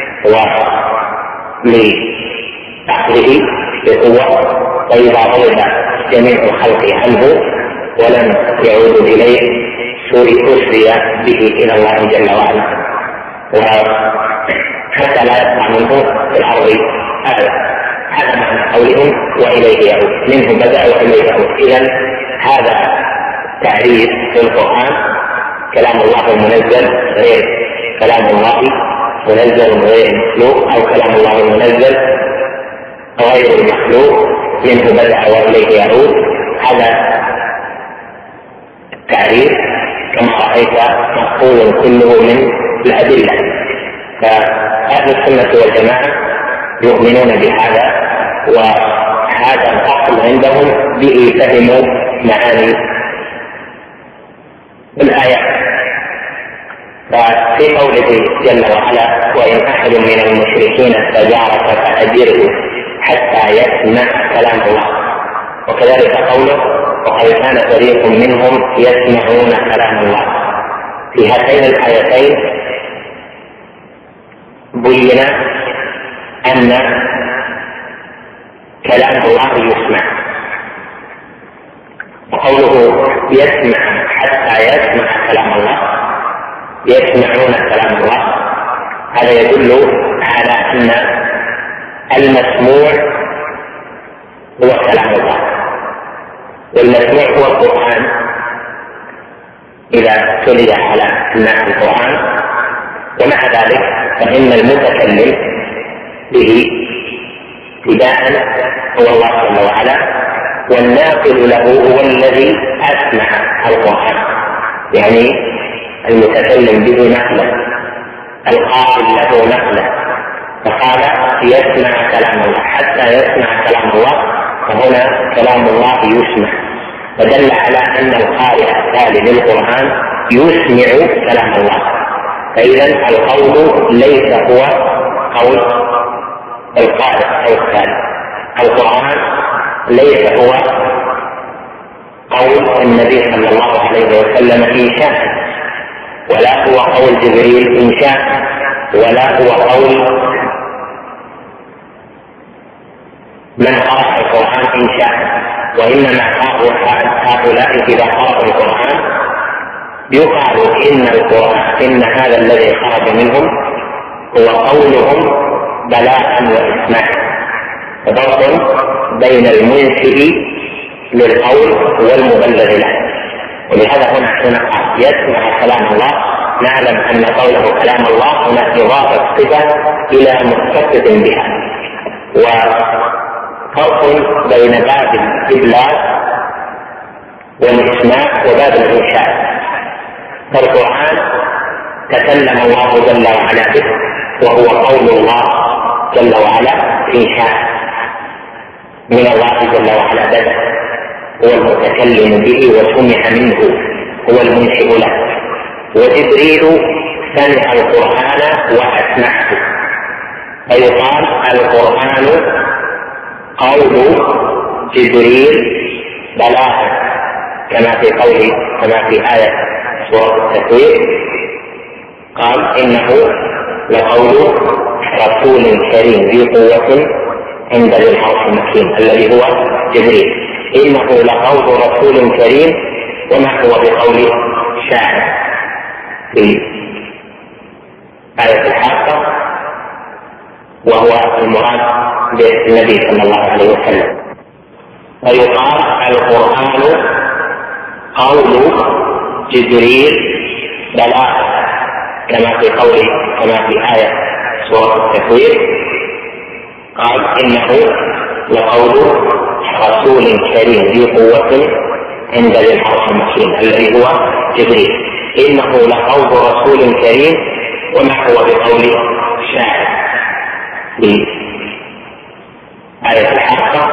ولأخذه بقوة، وإذا غضب جميع الخلق عنه ولم يعود إليه أسري به إلى الله جل وعلا، وحتى لا يبقى منه في الأرض آية. هذا معنى قولهم وإليه يعود، منه بدأ وإليه يعود. إذن هذا تعريف في القرآن، كلام الله المنزل غير كلام الله منزل غير مخلوق، أو كلام الله المنزل غير المخلوق، منه بدأ وإليه يعود. هذا التعريف كما رأيت مقول كله من الأدلة، فأهل السنة والجماعة يؤمنون بهذا، وهذا الأصل عندهم به فهموا معاني الآيات. ففي قوله جل وعلا وإن أحد من المشركين استجارك فأجره حتى يسمع كلام الله، وكذلك قوله وقد كان فريق منهم يسمعون كلام الله. في هاتين الآيتين بين أن كلام الله يسمع، وقوله يسمع حتى يسمع كلام الله، يسمعون كلام الله، هذا يدل على أن المسموع هو كلام الله، والمسموع هو القرآن إذا تلي على الناس القرآن. ومع ذلك فإن المتكلم به ابتداء هو الله جل وعلا، والناقل له هو الذي أسمع القرآن، يعني المتكلم به نقله، القائل له نقله، فقال يسمع كلام الله حتى يسمع كلام الله، فهنا كلام الله يسمع، فدل على أن القارئ التالي للقرآن يسمع كلام الله. فإذا القول ليس هو قول القارئ أو التالي، القرآن ليس هو قول النبي صلى الله عليه وسلم إن شاء، ولا هو قول جبريل إن شاء، ولا هو قول من قرأ القرآن إن شاء، وإنما هؤلاء إذا قرأوا القرآن يقال إن القرآن إن هذا الذي خرج منهم هو قولهم بلاء وإسماع، ففرق بين المنشئ للقول والمبلغ له. ولهذا هنا هنا قال يسمع كلام الله، نعلم أن قوله كلام الله هنا إضافة صفة إلى متصف بها، وفرق بين باب الإبلاغ والإسماع وباب الإنشاء. فالقرآن تكلم الله جل وعلا به، وهو قول الله جل وعلا إنشاء من الله جل وعلا بدأ، هو المتكلم به وسمع منه، هو المنشئ له. وجبريل سمع القرآن وأسمعه، فيقال القرآن قول جبريل بلاغا، كما في قوله كما في آية سورة التكوير قال إنه لقول رسول كريم ذي قوة عند ذي العرش المكين الذي هو جبريل، إنه لقول رسول كريم، وما هو بقول شاعر في آية الحاقة، وهو المراد بالنبي صلى الله عليه وسلم. ويقال القرآن قول جبريل بلاغ، كما في قوله كما في آية سورة التكوير قال إنه لقول رسول كريم ذي قوة عند ذي العرش المكين الذي هو جبريل، إنه لقول رسول كريم، وما هو بقول شاعر في آية الحاقة،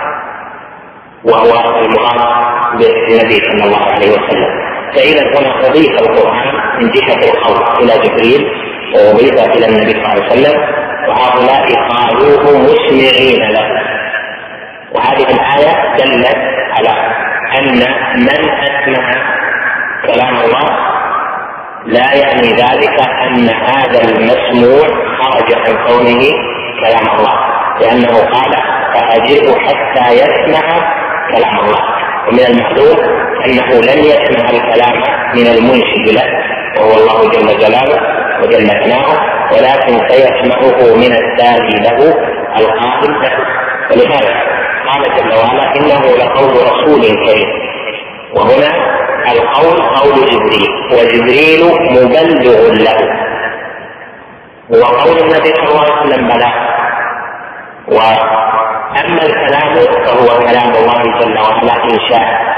وهو المراد بالنبي صلى الله عليه وسلم. فإذا هنا أضيف القرآن من جهة القول إلى جبريل وأضيف إلى النبي صلى الله عليه وسلم، وهؤلاء قالوه مسمعين له. وهذه الآية دلت على أن من أسمع كلام الله لا يعني ذلك أن هذا المسموع خرج عن كونه كلام الله، لأنه قال فأجره حتى يسمع كلام الله. ومن المعلوم أنه لن يسمع الكلام من المنشئ له وهو الله جل جلاله وجل ثناؤه، ولكن سيسمعه من التالي له القائل له. ولهذا قال جل وعلا إنه لقول رسول كريم، وهنا القول قول جبريل، وجبريل مبلغ له، وقول النبي صلى الله عليه وسلم بلاغ. وأما الكلام فهو كلام الله جل وعلا إن شاء.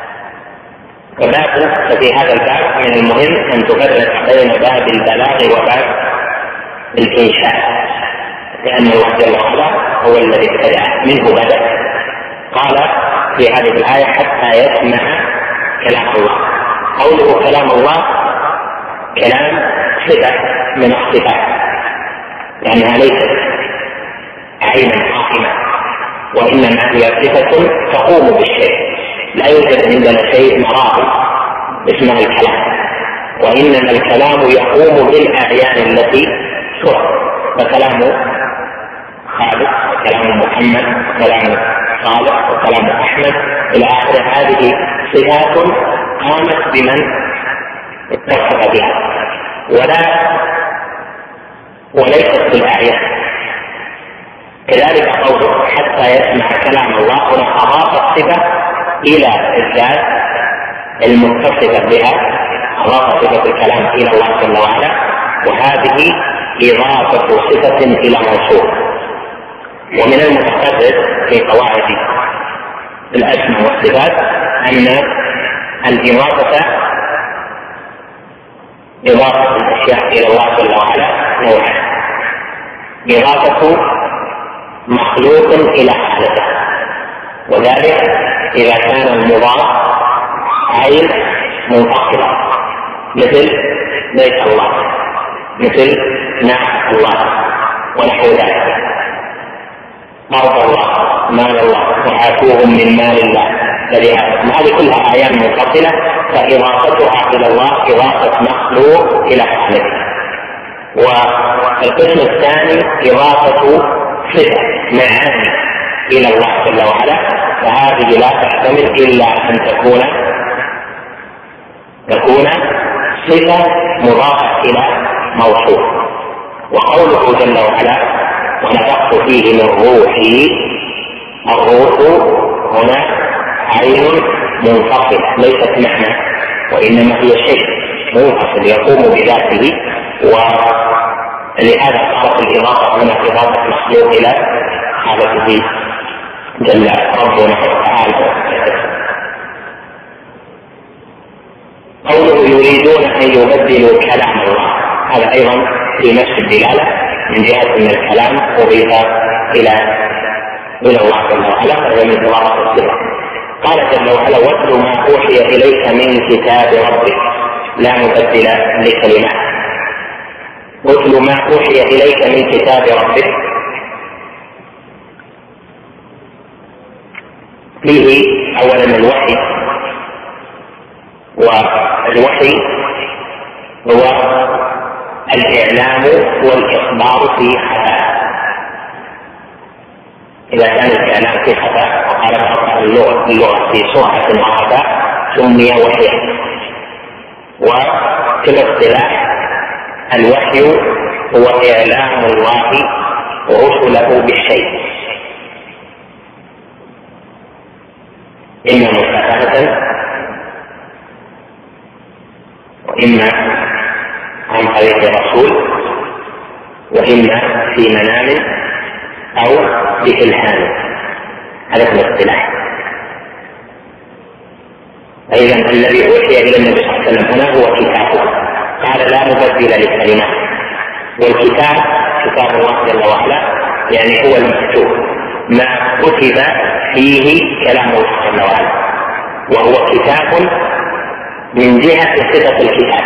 وباب ففي هذا الباب من المهم أن تفرق بين باب البلاغ وباب الإنشاء، لأن الله جل وعلا هو الذي ابتدع، منه بدأ. قال في هذه الآية حتى يسمع كلام الله. قوله كلام الله كلام صفة من الصفات، لأنها ليست عينا قائمة، وإنما هي صفة تقوم بالشيء. لا يوجد عندنا شيء مراد اسمه الكلام، وإنما الكلام يقوم بالأعيان التي ترى. فكلام خالد وكلام محمد وكلام صالح وكلام أحمد إلى آخر، هذه صفات قامت بمن اتصف بها، ولا وليست بالأعيان. كذلك قوله حتى يسمع كلام الله، هنا أضاف الصفة إلى الذات المتصفة بها، أضاف صفة الكلام إلى الله جل وعلا، وهذه إضافة صفة إلى موصوف. ومن المتقرر في قواعد الأسماء والصفات أن الإضافة إضافة الأشياء إلى الله جل وعلا نوعان: إضافة مخلوق إلى حالته، وذلك إذا كان المضاف عين منفصلة مثل بيت الله، مثل نعم الله ونحو ذلك، أرض الله، مال الله، وآتوهم من مال الله. هذه كلها أعيان منفصلة، فإضافتها إلى الله إضافة مخلوق إلى حالته. والقسم الثاني إضافة صفة معاني إلى الله جل وعلا، فهذه لا تحتمل إلا أن تكون تكون صفة مضافة إلى موصوف. وقوله جل وعلا ونفخت فيه من روحي، الروح هنا عين منفصلة ليست معنى، وإنما هي شيء منفصل يقوم بذاته، ولهذا صارت الإضافة هنا إضافة مخلوق إلى حالته جل ربنا تعالى. قوله يريدون أن يبدلوا كلام الله، هذا أيضا في نفس الدلالة من جهة من الكلام أضيف إلى إلى الله جل وعلا، وهو من إضافة الصفة. قال جل وعلا واتل ما أوحي إليك من كتاب ربك لا مبدل لكلماته. واتل ما أوحي إليك من كتاب ربك فيه أولا الوحي، والوحي هو الإعلام والإخبار في خفاء. إذا كان الإعلام في خفاء، وقال بعض اللغة اللغة في سرعة وخفاء سمي وحيا. وفي الاصطلاح الوحي هو إعلام الله ورسله بالشيء، إما مشافهة وإما عن طريق الرسول، وإما في منام أو بإلهام. هذا هو الاصطلاح. أيضا الذي أوحي إلى النبي صلى الله عليه وسلم هنا هو كتابه، قال لا مبدل للكلمات. والكتاب كتاب الله جل وعلا يعني هو المكتوب، ما كتب فيه كلام الله جل وعلا، وهو كتاب من جهة صفة الكتاب،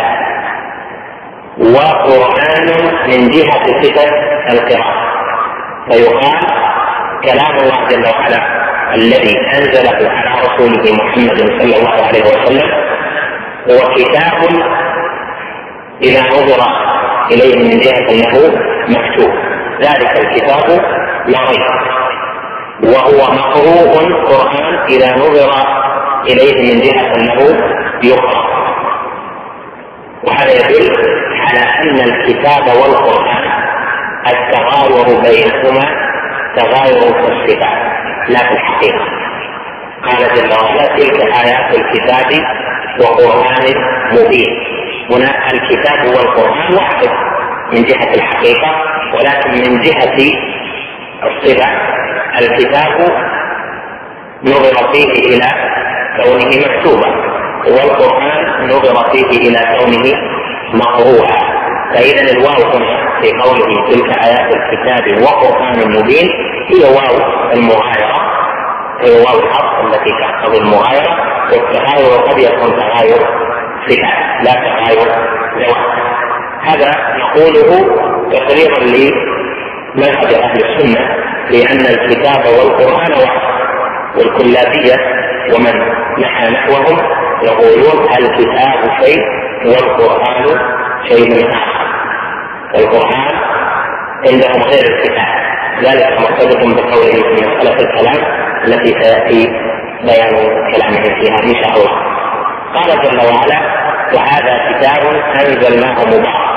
وقرآن من جهة صفة القراءة. فيقال كلام الله جل وعلا الذي أنزله على رسوله محمد صلى الله عليه وسلم هو كتاب إذا نظر إليه من جهة أنه مكتوب، ذلك الكتاب لا ريب، وهو مقروء قرآن إذا نظر إليه من جهة أنه يقرأ. وهذا يدل على أن الكتاب والقرآن التغاير بينهما تغاير في الصفات لا في الحقيقة. قال جل وعلا تلك آيات الكتاب وقرآن مبين. هنا الكتاب والقرآن واحد من جهة الحقيقة، ولكن من جهة الصفة الكتاب نظر فيه إلى كونه مكتوبا، والقرآن نظر فيه إلى كونه مقروءا. فإذا الواو هنا في قوله تلك آيات الكتاب وقرآن مبين هي واو المغايرة، هي واو الحق التي تقتضي المغايرة، والتغاير قد يكون تغاير صفات لا تغاير ذوات. هذا نقوله تقريرا لمذهب أهل السنة، لأن الكتاب والقرآن واحد، والكلابية ومن نحى نحوهم يقولون الكتاب شيء والقرآن شيء آخر. القرآن عندهم غير الكتاب، ذلك مرتبط بقوله في مسألة الكلام التي سيأتي بيان كلامه فيها إن شاء الله. قال جل وعلا وهذا كتاب أنزلناه مبارك.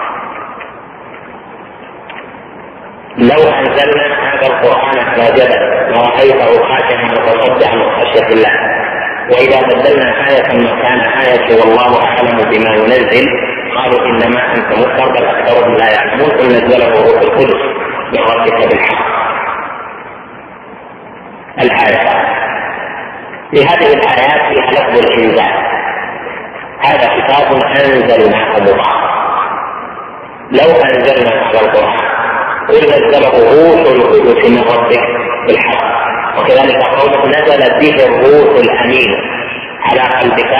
لو أنزلنا هذا القرآن على جبل لرأيته خاشعا متصدعا من خشية الله، وإذا بدلنا آية مكان آية والله أعلم بما ينزل قالوا إنما أنت مفتر بل أكثرهم لا يعلمون قل نزله روح القدس من ربك بالحق. الآية في هذه الآيات فيها لفظ الإنزال. هذا كتاب أنزلناه مبارك. لو أنزلنا هذا القرآن قل نزله روح القدس من ربك بالحق، وكذلك قوله نزل به الروح الأمين على قلبك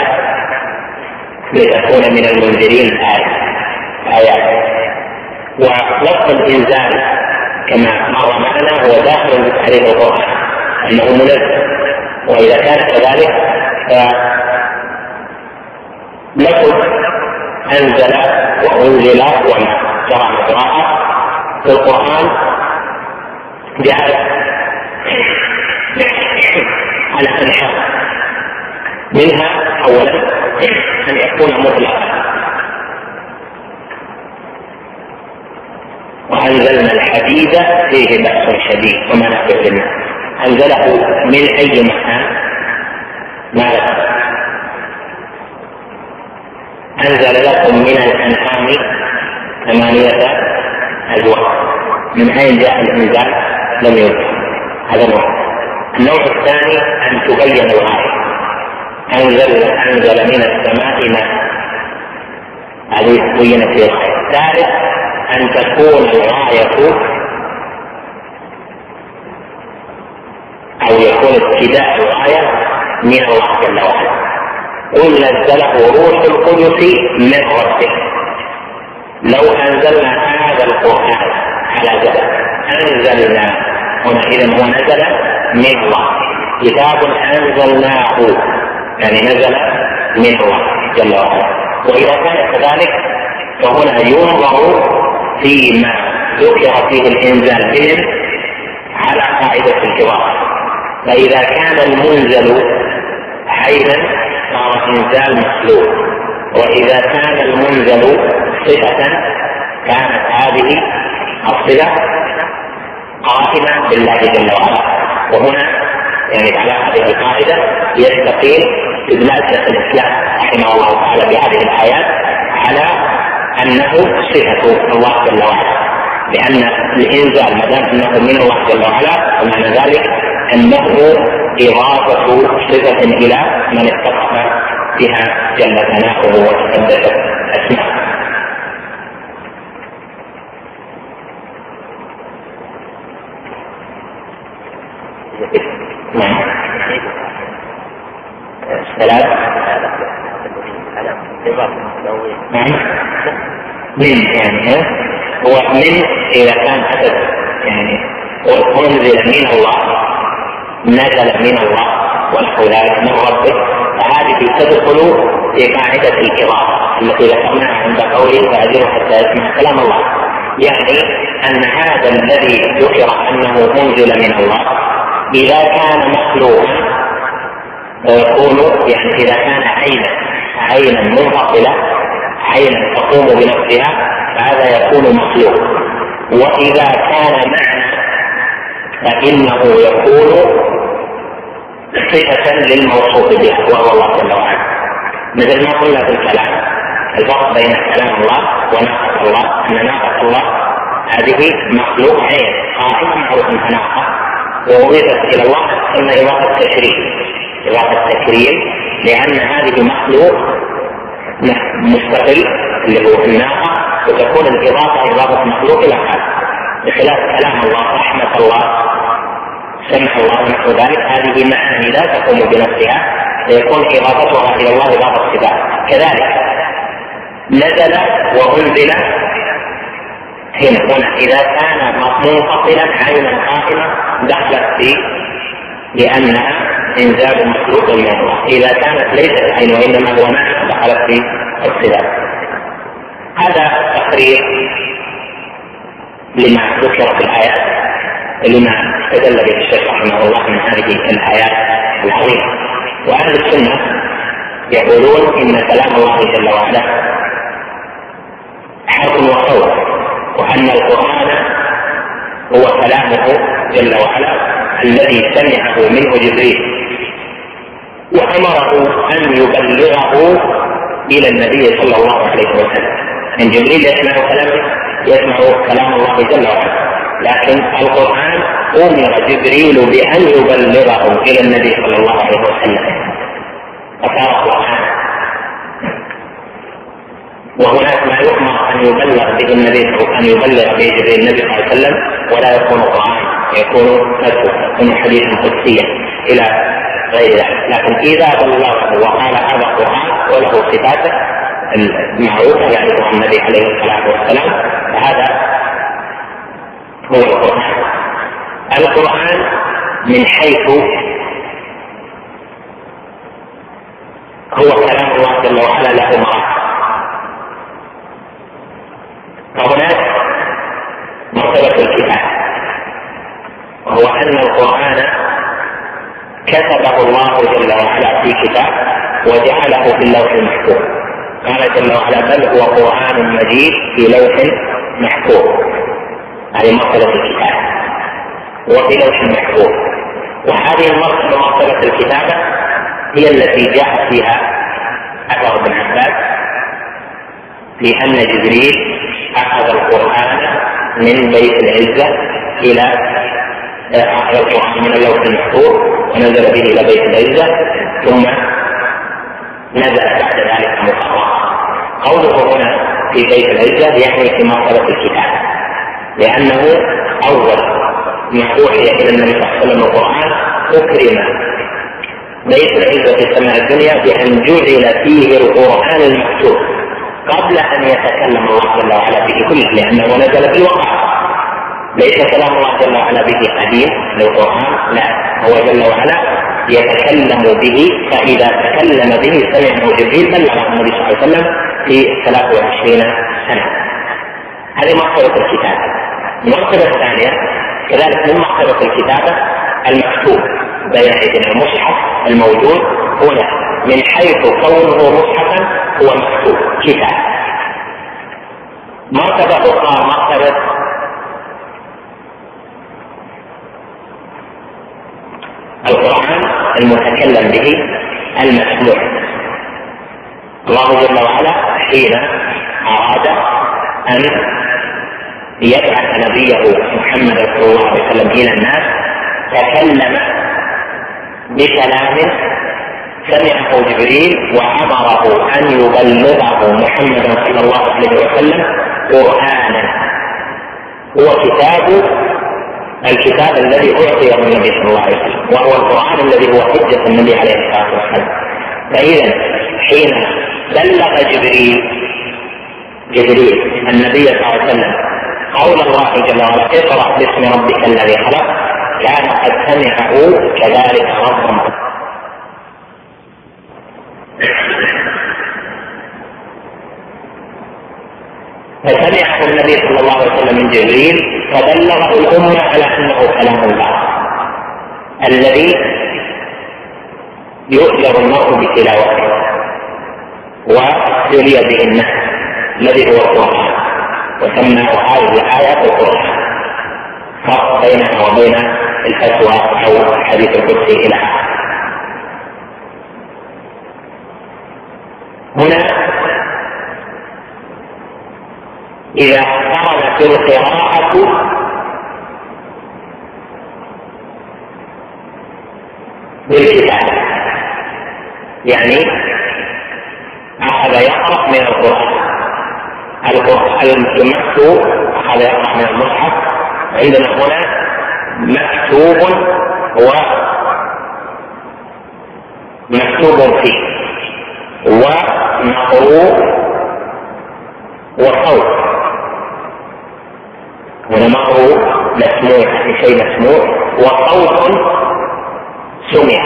لتكون من المنذرين آيات. ولفظ الإنزال كما مر معنا هو داخل بتحريف القرآن أنه منزل، وإذا كان كذلك فلفظ أنزل وأنزل وما جرى مجراها في القرآن جاءت على أنحاء، منها أولا أن يكون مطلقا، وأنزلنا الحديد فيه بأس شديد ومنافع للناس. أنزله من أي مكان؟ ما أنزل لكم من الأنعام ثمانية أزواج. من أين جاء الإنزال؟ لم يذكر. هذا نوع. النوع الثاني أن تبين الغاية. أنزل أنزل من السماء ماء، هذه بينت في الغاية. الثالث أن تكون الغاية أو يكون ابتداء الغاية من الله جل وعلا. قل نزله روح القدس من ربك. لو أنزلنا هذا القرآن على جبل أنزلنا هنا إذا هو نزل من الله، كتاب أنزلناه يعني نزل من الله جل وعلا. وإذا كان كذلك فهنا ينظر فيما ذكر فيه الإنزال بهم على قاعدة الجواب. فإذا كان المنزل حيث صار إنزال مسلوب، وإذا كان المنزل صفة كانت هذه الصفة قائمة بالله جل وعلا. وهنا يعني على هذه القاعدة يستقيم استدلال شيخ الإسلام رحمه الله تعالى بهذه الآيات على أنه صفة الله جل وعلا، لأن الإنزال ما دام أنه من الله جل وعلا ومعنى ذلك أنه إضافة صفة إلى من اتصف بها جل ثناؤه وتقدست أسماؤه. نعم. الثلاث نعم من يعني هو من إذا كان أتت يعني أنزل من الله نزل من الله ونحو ذلك من ربك، فهذه تدخل في قاعدة الإضافة التي ذكرناها عند قوله فأجره حتى يسمع كلام الله. يعني أن هذا الذي ذكر أنه منزل من الله إذا كان مخلوقا ويكون يعني إذا كان عينا عينا منفصلة عينا تقوم بنفسها فهذا يكون مخلوق، وإذا كان معنى فإنه يكون صفة للموصوف بها وهو الله جل وعلا. مثل ما قلنا في الكلام الفرق بين كلام الله وناقة الله أن ناقة الله هذه مخلوق عين قائمة معروف ناقة ووضيفت إلى الله ثم إضافة تشريف إضافة تكريم لأن هذه مخلوق مستقل اللي هو الناقة وتكون الإضافة إضافة مخلوق إلى خالق، بخلاف كلام الله رحمة الله سمح الله ونحو ذلك هذه معاني لا تقوم بنفسها فيكون إضافتها إلى الله إضافة صفات. كذلك نزل وأنزل هنا هنا إذا كان منفصلا عينا قائمة دخلت في لأنها إنزال مخلوق من الله، إذا كانت ليست عين وإنما هو معنى دخلت في الصفات. هذا تقرير لما ذكر في الآيات لما استدل به الشيخ رحمه الله من هذه الآيات العظيمة. وأهل السنة يقولون إن كلام الله جل وعلا حرف وصوت، وأن القرآن هو كلامه جل وعلا الذي سمعه منه جبريل وأمره أن يبلغه إلى النبي صلى الله عليه وسلم. إن جبريل يسمع كلامه يسمع كلام الله جل وعلا، لكن القرآن أمر جبريل بأن يبلغه إلى النبي صلى الله عليه وسلم فصار القرآن. وهناك ما يؤمر أن يبلغ به النبي أن يبلغ به جبريل النبي صلى الله عليه وسلم ولا يكون قرآن، يكون فتوى يكون حديثا قدسيا إلى غير ذلك. لكن إذا بلغه وقال هذا قرآن وله صفاته المعروفة يعرفها النبي عليه الصلاة والسلام فهذا هو القرآن. القرآن من حيث هو كلام الله جل وعلا له مراتب، فهناك مرتبة الكتاب وهو أن القرآن كتبه الله جل وعلا في كتاب وجعله في اللوح المحفوظ. قال جل وعلا بل هو قرآن مجيد في لوح محفوظ، هذه مرتبة الكتاب وفي لوح محفوظ. وهذه المرتبة مرتبة الكتابة هي التي جاء فيها أثر ابن عباس في أن جبريل أخذ القرآن من بيت العزة إلى أخذ القرآن من اللوح المحفوظ ونزل به إلى بيت العزة ثم نزل بعد ذلك مقررا. قوله هنا في بيت العزة يعني في مرتبة الكتاب، لأنه أول ما أوحي إلى النبي صلى الله عليه وسلم القرآن أكرم بيت العزة في السماء الدنيا بأن جعل فيه القرآن المكتوب قبل أن يتكلم الله جل وعلا به كله، لأنه نزل في الوقع. ليس كلام الله جل وعلا به قديم للقرآن، لا، هو جل وعلا يتكلم به، فإذا تكلم به سمعه جبريل بلغه النبي صلى الله عليه وسلم في ثلاث وعشرين سنة. هذه مرتبة الكتابة. المرتبة الثانية كذلك من مرتبة الكتابة المكتوب بين أيدينا، المصحف الموجود هنا من حيث كونه مصحفا هو مكتوب كتاب. مرتبة أخرى مرتبة القرآن المتكلم به المسموع. الله جل وعلا حين أراد أن يبعث نبيه محمد صلى الله عليه وسلم إلى الناس تكلم بكلام سمعه جبريل وأمره أن يبلغه محمد صلى الله عليه وسلم قرآنا، هو كتاب الكتاب الذي أعطي النبي صلى الله عليه وسلم. وهو القرآن الذي هو حجة النبي عليه الصلاة والسلام. فإذا حين بلغ جبريل جبريل النبي صلى الله عليه وسلم قول الله جل وعلا اقرأ باسم ربك الذي خلق، كان قد سمعه كذلك ربما فسمعه النبي صلى الله عليه وسلم من جبريل فبلغه الأمة على أنه كلام الله الذي يؤجر المرء بتلاوته وابتلي به النفس الذي هو القرآن، وسمى هذه الآيات القرآن، فرق بينها وبين الفتوى أو الحديث القدسي إلى آخره. هنا إذا اقترنت القراءة بالكتاب، يعني أخذ يقرأ من القرآن، المكتوب أخذ يقرأ من المصحف، عندنا هنا مكتوب ومكتوب فيه ومقروء وصوت. هنا مقروء مسموع في شيء مسموع وصوت سمع.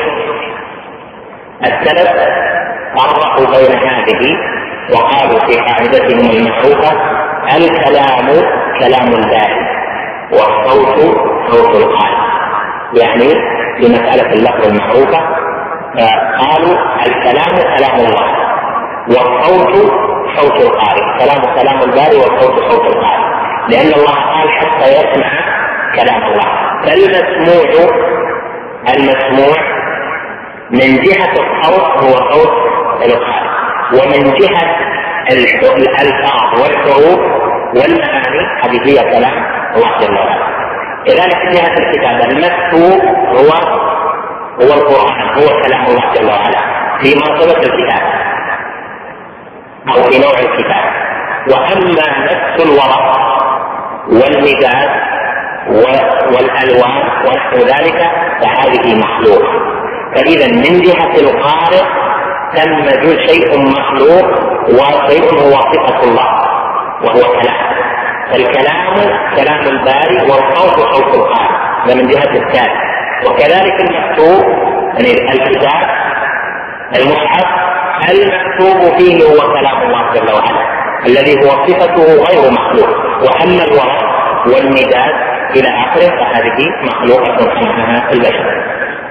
السلف فرقوا بين هذه وقالوا في قاعدتهم المعروفة الكلام كلام الباري والصوت صوت القارئ، يعني لمسألة اللفظ المعروفة قالوا الكلام كلام الله والصوت صوت القارئ، كلام كلام الباري والصوت صوت القارئ، لأن الله قال حتى يسمع كلام الله. فالمسموع المسموع من جهة الصوت هو صوت القارئ، ومن جهة الألفاظ والحروف والمعاني هذه هي كلام الله جل وعلا. كذلك من جهة الكتاب المكتوب هو هو القرآن، هو كلام الله جل وعلا في مرتبة الكتاب أو في نوع الكتاب. وأما نفس الورق والمداد والألوان ونحو ذلك فهذه مخلوقة. فإذا من جهة القارئ تم شيء مخلوق وشيء هو صفة الله وهو كلام، فالكلام كلام الباري والصوت صوت القارئ، هذا من جهة الثالث. وكذلك المكتوب يعني الكتاب المصحف المكتوب فيه هو كلام الله جل وعلا الذي هو صفته غير مخلوق. وأما الورق والمداد إلى آخره فهذه مخلوقة صنعها البشر.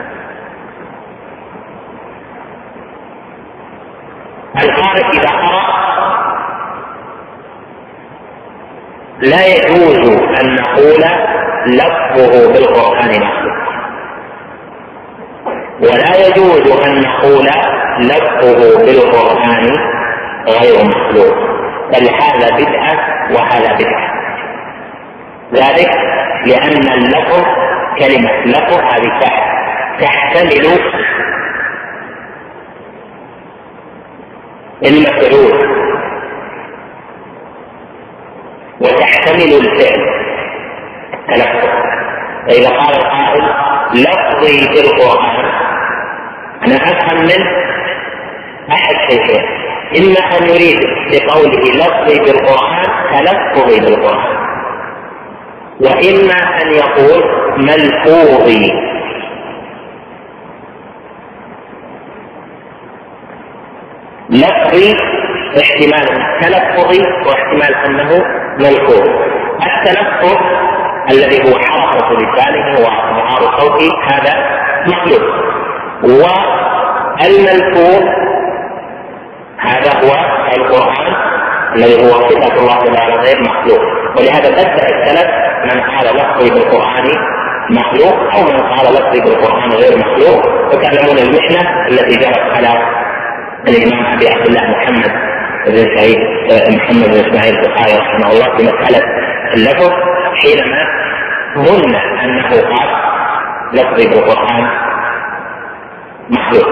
القارئ إذا قرأ لا يجوز أن نقول لفظه بالقرآن مخلوق، ولا يجوز أن نقول لفظه بالقرآن غير مخلوق، بل هذا بدعة وهذا بدعة. ذلك لأن اللفظ كلمة لفظ هذه تحتمل المفعول وتحتمل الفعل تلفظ. فإذا قال القائل لفظي بالقرآن أنا أفهم منه أحد شيئين، إما أن يريد بقوله لفظي بالقرآن تلفظي بالقرآن، وإما أن يقول ملفوظي. لفظي احتمال تلفظي واحتمال أنه ملفوظ. التلفظ الذي هو حركة لسانه وإظهار صوته هذا مخلوق، والملفوظ هذا هو القرآن الذي هو صفة الله تعالى غير مخلوق. ولهذا بدأ السلف من قال لفظي بالقرآن مخلوق أو من قال لفظي بالقرآن غير مخلوق. وتعلمون المحنة التي جرت على الإمام أبي عبد الله محمد بن سعيد محمد بن إسماعيل البخاري رحمه الله في مسألة اللفظ حينما ظن أنه قال لفظي بالقرآن مخلوق.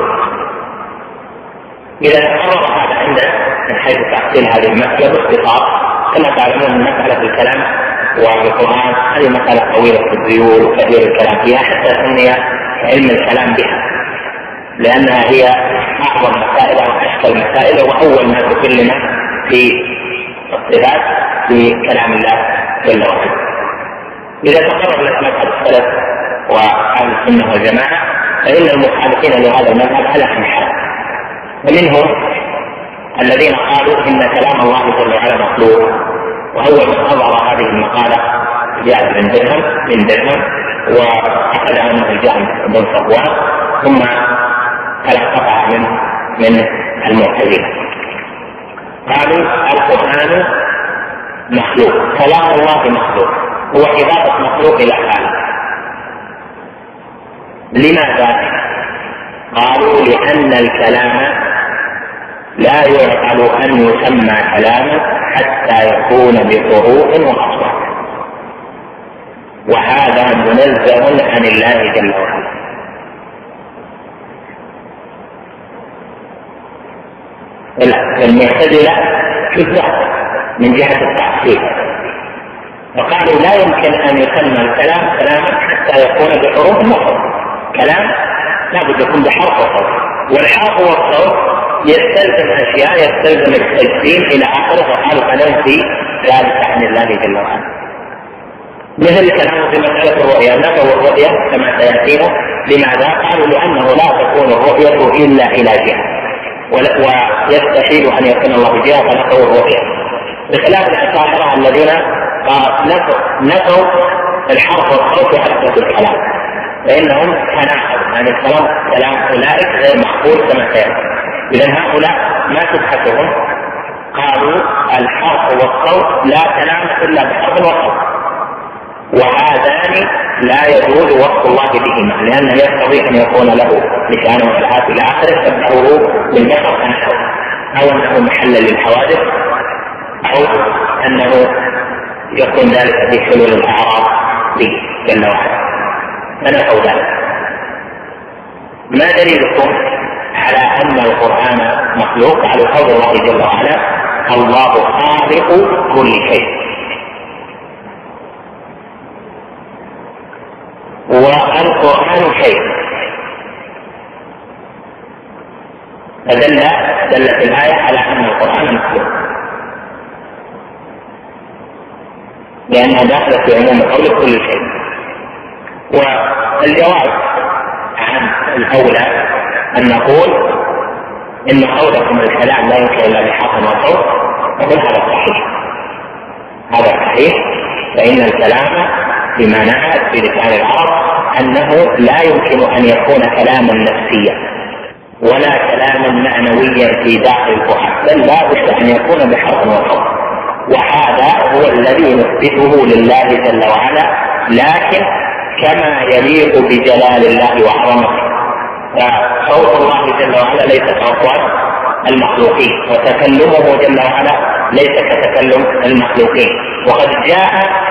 إذا قرر هذا عندنا من حيث تحصيل هذه المسألة باختصار، كما تعلمون مسألة الكلام والقرآن هذه مسألة طويلة في الذيول وكثير الكلام فيها، حتى سمي علم الكلام بها، لأنها هي أعظم مسائل أو أشكل المسائل وأول ما تكلم في الصفات في كلام الله جل وعلا. إذا تقرر لك مذهب السلف وأهل السنة والجماعة فإن المخالفين لهذا المذهب على أنحاء، ومنهم الذين قالوا إن كلام الله جل وعلا مخلوق، وأول من أظهر هذه المقالة جاء بن درهم من درهم وأخذ عنه الجهم بن صفوان، ثم تلقفها منه من المعتزلة. قالوا القرآن مخلوق، كلام الله مخلوق، هو إضافة مخلوق إلى خالق. لماذا؟ قالوا لأن الكلام لا يعقل أن يسمى كلاما حتى يكون بحروف وأصوات، وهذا منزه عن الله جل وعلا. المعتزلة كذاب من جهة التعطيل، فقالوا لا يمكن أن يسمى الكلام كلاما حتى يكون بحروف وصوت. كلام لابد يكون بحرف وصوت، والحرف والصوت يستلزم أشياء، يستلزم التجسيم إلى آخره، وقالوا فننفي ذلك عن الله جل وعلا. مثل كلام في مسألة الرؤيا، نفوا الرؤيا كما سيأتينا. لماذا؟ قالوا لأنه لا تكون الرؤية إلا إلى جهة، ويستحيل أن يكون الله جهة، فنفوا الرؤيا، بخلاف الأشاعرة الذين نفوا الحرف والصوت وحركة الكلام، فإنهم تناقضوا عن الكلام، كلام أولئك غير معقول كما سيأتي. إذن هؤلاء ما تبحثهم، قالوا الحرف والصوت لا كلام إلا بحرف وصوت، وهذان لا يجوز وصف الله بهما، لأنه يستطيع أن يكون له لسان وصفات إلى آخره تبعه بالبشر كنحو، أو أنه محل للحوادث، أو أنه يكون ذلك في حلول الأعراض به جل وعلا، فنفوا ذلك. ما دليلكم على أن القرآن مخلوق؟ على قول الله جل وعلا الله خالق كل شيء، والقرآن شيء، فدل دلت الآية على أن القرآن مخلوق، لأنها داخلة في عموم قول كل شيء. والجواب عن الأولى أن نقول إن قولكم الكلام لا يمكن إلا بحرف وصوت، نقول هذا صحيح، هذا صحيح، فإن الكلام بما نعرف في لسان العرب أنه لا يمكن أن يكون كلاما نفسيا ولا كلاما معنويا في داخل القرآن، بل لا بد أن يكون بحرف وصوت، وهذا هو الذي نثبته لله جل وعلا، لكن كما يليق بجلال الله وعظمته. فصوت الله جل وعلا ليس كأصوات المخلوقين، وتكلمه جل وعلا ليس كتكلم المخلوقين. وقد جاء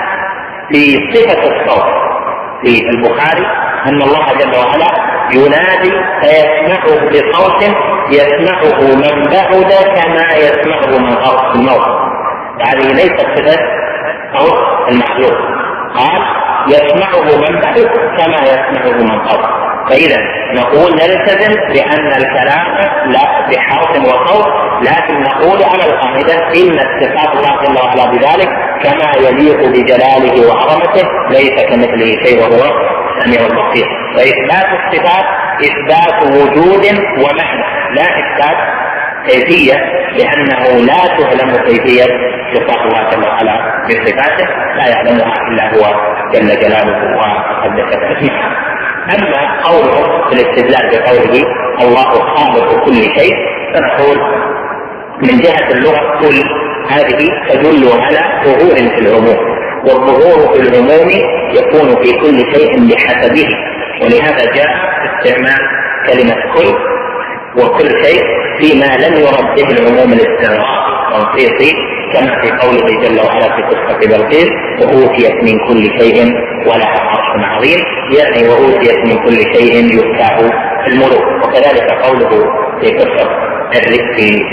في صفة الصوت في البخاري أن الله جل وعلا ينادي فيسمعه بصوت يسمعه من بعد كما يسمعه من قرب الموت. هذه ليست صفة صوت المخلوق، قال يسمعه من بعد كما يسمعه من قرب. فإذا نقول نلتزم بأن الكلام لا بحرف وصوت، لكن نقول على القاعدة إن اتصاف الله جل وعلا بذلك كما يليق بجلاله وعظمته، ليس كمثله شيء وهو السميع البصير. فإثبات الصفات إثبات وجود ومعنى، لا إثبات كيفية، لأنه لا تعلم كيفية صفات الله جل وعلا بصفاته، لا يعلمها إلا هو جل جلاله وقدس اسمه. أما قوله في الاستدلال بقوله الله خالق كل شيء، فنقول من جهة اللغة كل هذه تدل على ظهور في العموم، والظهور في العموم يكون في كل شيء بحسبه، ولهذا جاء استعمال كلمة كل وكل شيء فيما لم يرد به العموم الاستغراق والتنصيصي، كما في قوله جل وعلا في قصة بلقيس وأوتيت من كل شيء ولها عرش عظيم، يعني وأوتيت من كل شيء يؤتاه الملوك. وكذلك قوله في قصة الريح في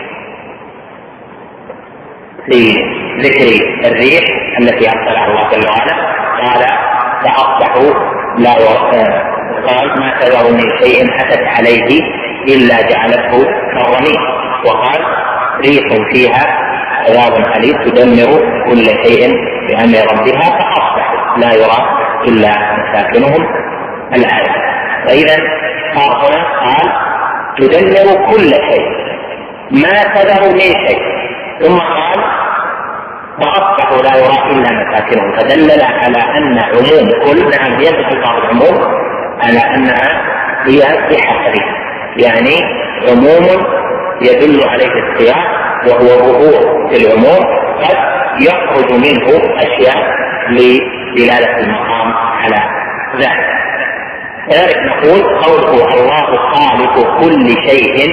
في ذكر الريح التي أرسلها الله جل وعلا، قال فأصبحوا لا قال ما تذر من شيء أتت عليه إلا جعلته كالرميم، وقال ريح فيها عذاب أليم تدمر كل شيء بأمر ربها فأصبحوا لا يرى إلا مساكنهم الآية. فإذا صار هنا قال تدمر كل شيء ما تذر من شيء، ثم قال فأصبحوا لا يرى إلا مساكنهم، فدلل على أن عموم كل نعم يدخل بعض العموم على أنها هي بحسبها، يعني عموم يدل عليه السياق وهو ظهور في العموم قد يخرج منه أشياء لدلالة المقام على ذلك. لذلك نقول قوله الله خالق كل شيء،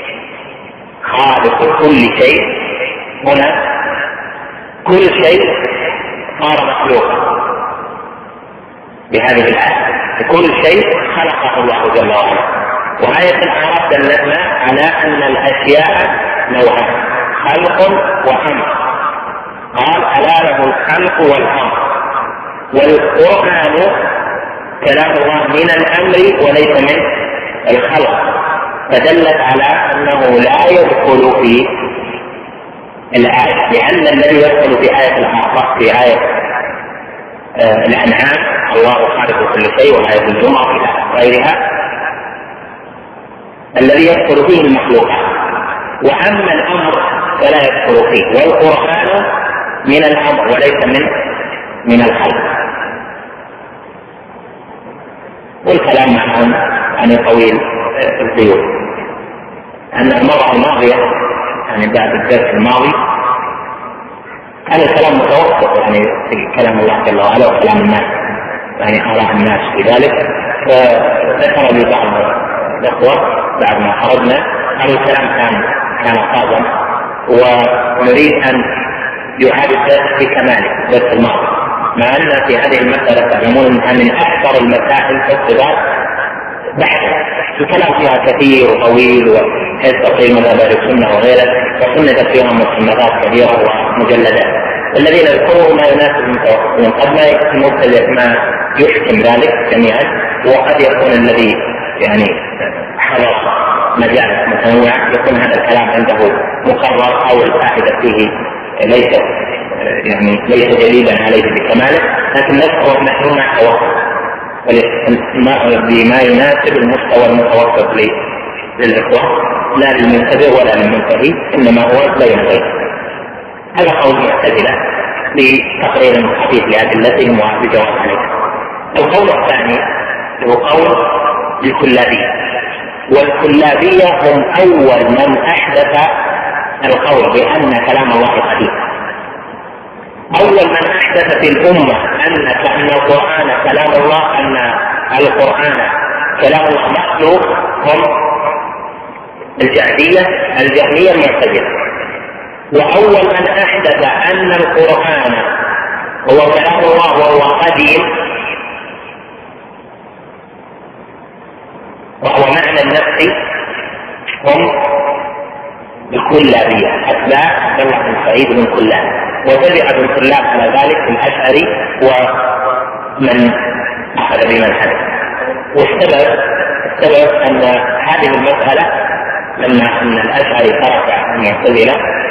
خالق كل شيء، هنا كل شيء صار مخلوقا بهذه الآية، كل شيء خلقه الله جل وعلا. وآية الأعراف دلتنا على أن الأشياء نوعان، خلق وأمر، قال ألا له الخلق والأمر، والقرآن كلام الله من الأمر وليس من الخلق، فدلت على أنه لا يدخل في الآية، لأن الذي يدخل في آية الأعراف في آية آه الأنعام الله خالق كل شيء، وآية الجمعة إلى غيرها الذي يدخل فيه المخلوقات، وأما الأمر فلا يدخل فيه، والقرآن من الأمر وليس من من الخلق. والكلام عنهم عن طويل القيود، أن المرة الماضية يعني بعد الدرس الماضي كان الكلام متوسط يعني في كلام الله جل وعلا وكلام الناس، يعني آراء الناس في ذلك. فذكر لي بعض الأخوة بعد ما خرجنا أن الكلام كان كان صادم، ونريد أن يعاد الدرس بكماله الدرس الماضي، مع أن في هذه المسألة تعلمون أنها من أكثر المسائل في الصفات بحثا، الكلام فيها كثير وطويل وكيف تصير مذهب أهل السنة وغيره، وصنفت فيها مصنفات كثيرة ومجلدات. الذين يذكرون ما يناسب المتوسطين، قد ما يكون مبتدئ ما يحكم ذلك جميعا، وقد يكون الذي يعني حضر مجالس متنوعة يكون هذا الكلام عنده مقرر أو الفائدة فيه ليست يعني ليس جديدا عليه بكماله، لكن نذكر نحن مع توسط بما يناسب المستوى المتوسط للإخوة، لا للمنتبه ولا للمنتهي، إنما هو بين غيره. هذا قول المعتزلة بتقرير خفيف لأدلتهم وبجواب عليها. القول الثاني هو قول الكلابية، والكلابية هم أول من أحدث القول بأن كلام الله قديم، أول من أحدث في الأمة أن كأن القرآن كلام الله، أن القرآن كلام الله مخلوق، هم الجهمية الجهمية المعتزلة. وأول من أحدث أن القرآن هو كلام الله وهو قديم وهو معنى النفس هم الكلابية، أتباع عبد الله بن سعيد بن كلاب، وتبع ابن كلاب على ذلك الأشعري ومن أخذ بمنهجه. والسبب السبب أن هذه المسألة لما أن الأشعري ترك المعتزلة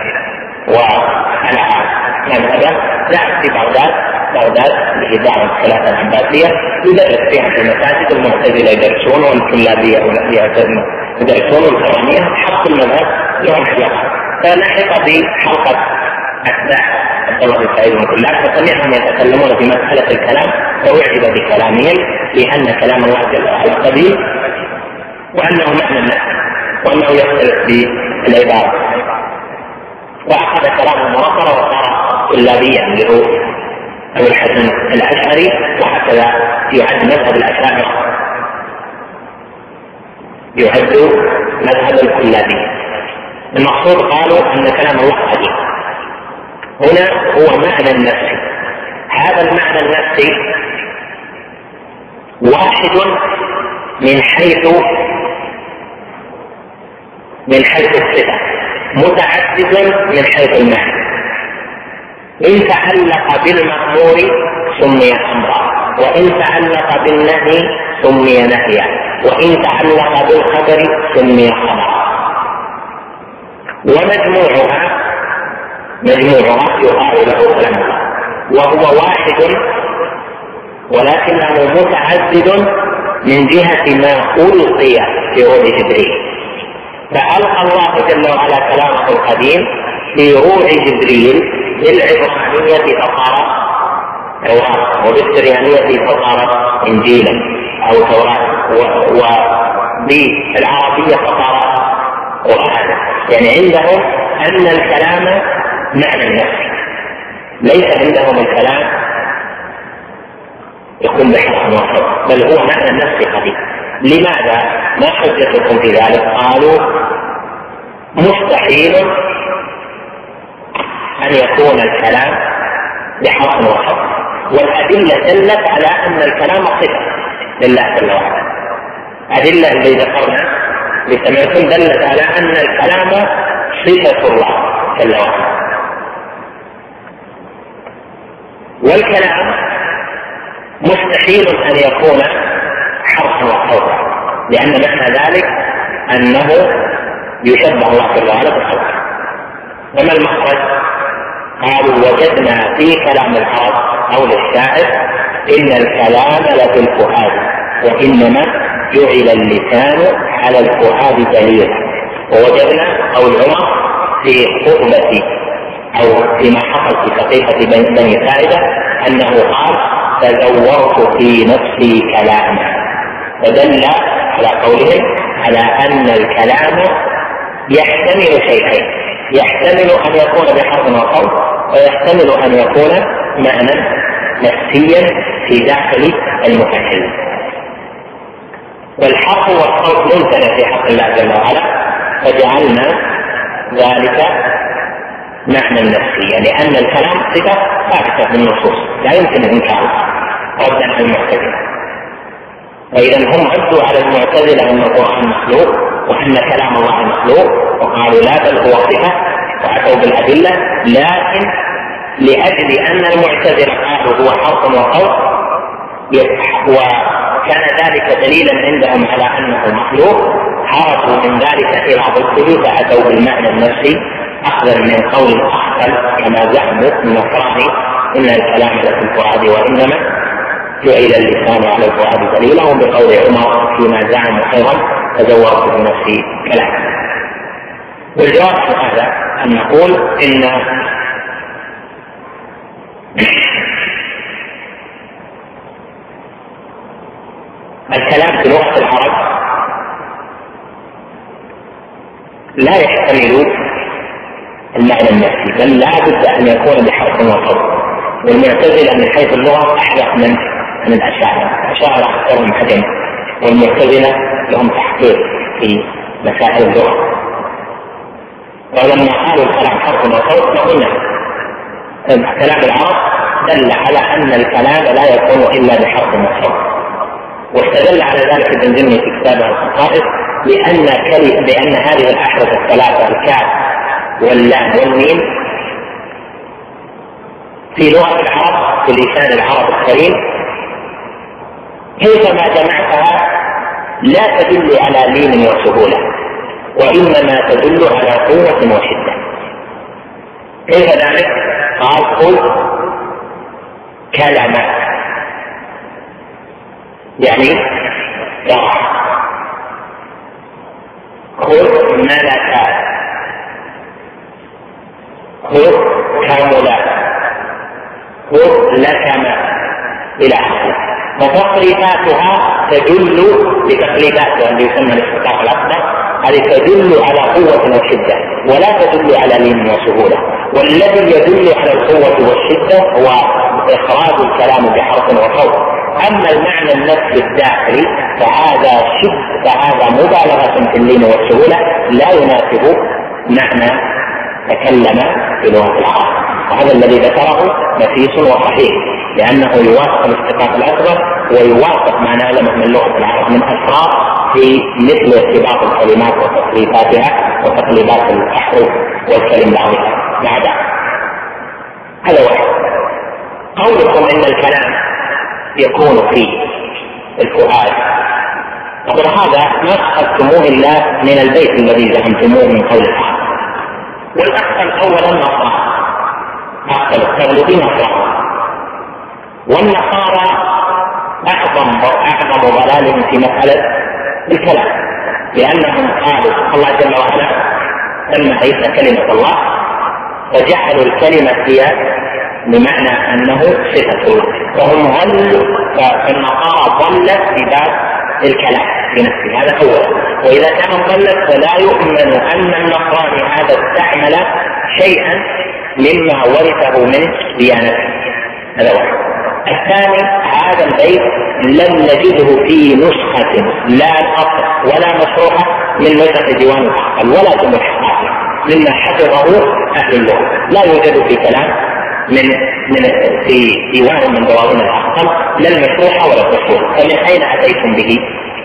وخلع مذهبه ذهب في بغداد بغداد بإدارة الخلافة العباسية يدرس فيها في المساجد، المعتزلة يدرسون والكلابية يدرسون والكرامية حق المذهب لهم حلقة، فلحق بحلقة أتباع عبد الله بن سعيد بن كلاب، فسمعهم يتكلمون في مسألة الكلام فأعجب بكلامهم لأن كلام الله جل وعلا قديم، وأنه معنى النفس، وأنه يختلف بالعبارة، وأخذ كلامه مرقرة وصار كلابيا اللي هو أبو الحسن الأشعري، وهكذا يعد مذهب الأشاعرة يعد مذهب الكلابية. المقصود قالوا أن كلام الله قديم، هنا هو معنى النفسي. هذا المعنى النفسي واحد من حيث من حيث الصفة، متعدد من حيث المعنى. إن تعلق بالمأمور سمي أمرا، وإن تعلق بالنهي سمي نهيا، وإن تعلق بالخبر سمي خبرا. ومجموعها مجموعها يقال له كلام الله، وهو واحد ولكنه متعدد من جهة ما ألقي في روح جبريل. فألقى الله جل وعلا كلامه القديم في روح جبريل بالعبرانية فصار توراة، وبالسريانية فصار إنجيلا أو توراة، وبالعربية فصار قرآنا. يعني عندهم أن الكلام معنى نفسي، ليس عندهم الكلام يكون بحرف وصوت، بل هو معنى نفسي قديم. لماذا؟ ما حجتكم في ذلك؟ قالوا مستحيل أن يكون الكلام بحرف وصوت، والأدلة دلت على أن الكلام صفة لله جل وعلا. أدلة اللي ذكرنا لسمعتم دلت على أن الكلام صفة الله جل وعلا، والكلام مستحيل أن يكون حرفا وصوتا، لأن معنى ذلك أنه يشبه الله جل وعلا بالصوت. وما المخرج؟ قالوا وجدنا في كلام العرب أو للشاعر إن الكلام لفي الفؤاد، وإنما جعل اللسان على الفؤاد دليلا. ووجدنا قول عمر في خطبة أو فيما حصل في صحيفة بني ساعدة أنه قال تزورت في نفسي كلاما، فدل على قولهم على أن الكلام يحتمل شيئين، يحتمل أن يكون بحرف وصوت، ويحتمل أن يكون معنى نفسيا في داخل المتكلم. والحرف والصوت ممتنع في حق الله جل وعلا، فجعلنا ذلك معنى نفسيا، لأن الكلام صفة ثابتة بالنصوص لا يمكن إنكارها ردا على المعتزلة. وإذا هم ردوا على المعتزلة أن القرآن مخلوق وأن كلام الله مخلوق، وقالوا لا بل هو صفة، وأتوا بالأدلة. لكن لأجل أن المعتزلة قالوا هو حرف وصوت، وكان ذلك دليلا عندهم على أنه مخلوق، عرفوا من ذلك إلى ضده فأتوا بالمعنى النفسي أخذا من قول الأخطل كما زعم النصراني إن الكلام لفي الفؤاد وإنما جعل اللسان على الفؤاد دليلا، وبقول عمر فيما زعم أيضا تزورت بنفسي كلام. والجواب عن هذا أن نقول إن الكلام في لغة العرب لا يحتمل المعنى النفسي، بل لا بد أن يكون بحرف وصوت. والمعتزلة من حيث اللغة أحدث من من الأشاعرة، الأشاعرة أكثرهم حجم، والمعتزلة لهم تحقيق في مسائل اللغة. ولما قالوا الكلام حرف وصوت فقلنا كلام العرب دل على أن الكلام لا يكون إلا بحرف وصوت. واستدل على ذلك ابن جني في كتابه الخصائص لأن كلمة بأن هذه الأحرف الثلاثة الكاف واللام والميم في لغة العرب في لسان العرب الكريم كيفما جمعتها لا تدل على لين وسهولة، وإنما تدل على قوة وشدة. كيف ذلك؟ قال قل كلمة، يعني شرح. خذ ملكا، خذ كاملا، خذ لكما إلى آخره. فتقريباتها تدل بتقريباتها اللي يسمى الاستقاق الأكبر، هذه تدل على قوة وشدة ولا تدل على لين وسهولة. والذي يدل على القوة والشدة هو إخراج الكلام بحرف وصوت. أما المعنى النفسي الداخلي فهذا شد، فهذا مبالغة في اللين والسهولة، لا يناسب معنى تكلم في لغة العرب. وهذا الذي ذكره نفيس وصحيح، لأنه يوافق الاستقاق الأكبر ويوافق ما نعلمه من لغة العرب من أسرار في مثل ارتباط الكلمات وتصريفاتها وتقليبات الأحرف والكلم بعضها مع بعض. هذا واحد. قولكم إن الكلام يكون فيه الفؤاد. طبعا هذا ما أخذتموه إلا من البيت الذي زعمتموه من قول الحق. والأحسن أولا النصارى، أحسن التغلبين نصارى، والنصارى أعظم أعظم ضلالهم في مسألة الكلام، لأنهم قالوا الله جل وعلا سمى عيسى كلمة الله، فجعلوا الكلمة هي بمعنى أنه صفة الله، وهم ظلوا، فالنصارى ضلت في باب الكلام بنفسه، هذا أول. وإذا كان ضلت فلا يؤمن أن النصراني هذا استعمل شيئا مما ورثه من ديانته، هذا واحد. الثاني هذا البيت لم نجده في نسخة لا الأصل ولا مشروحة من نسخ ديوان العقل ولا جمع الحقائق مما حفظه أهل اللغة، لا يوجد في كلام من من في ديوان من دواوين العقل لا المشروحة ولا التصوير، فمن أين أتيتم به؟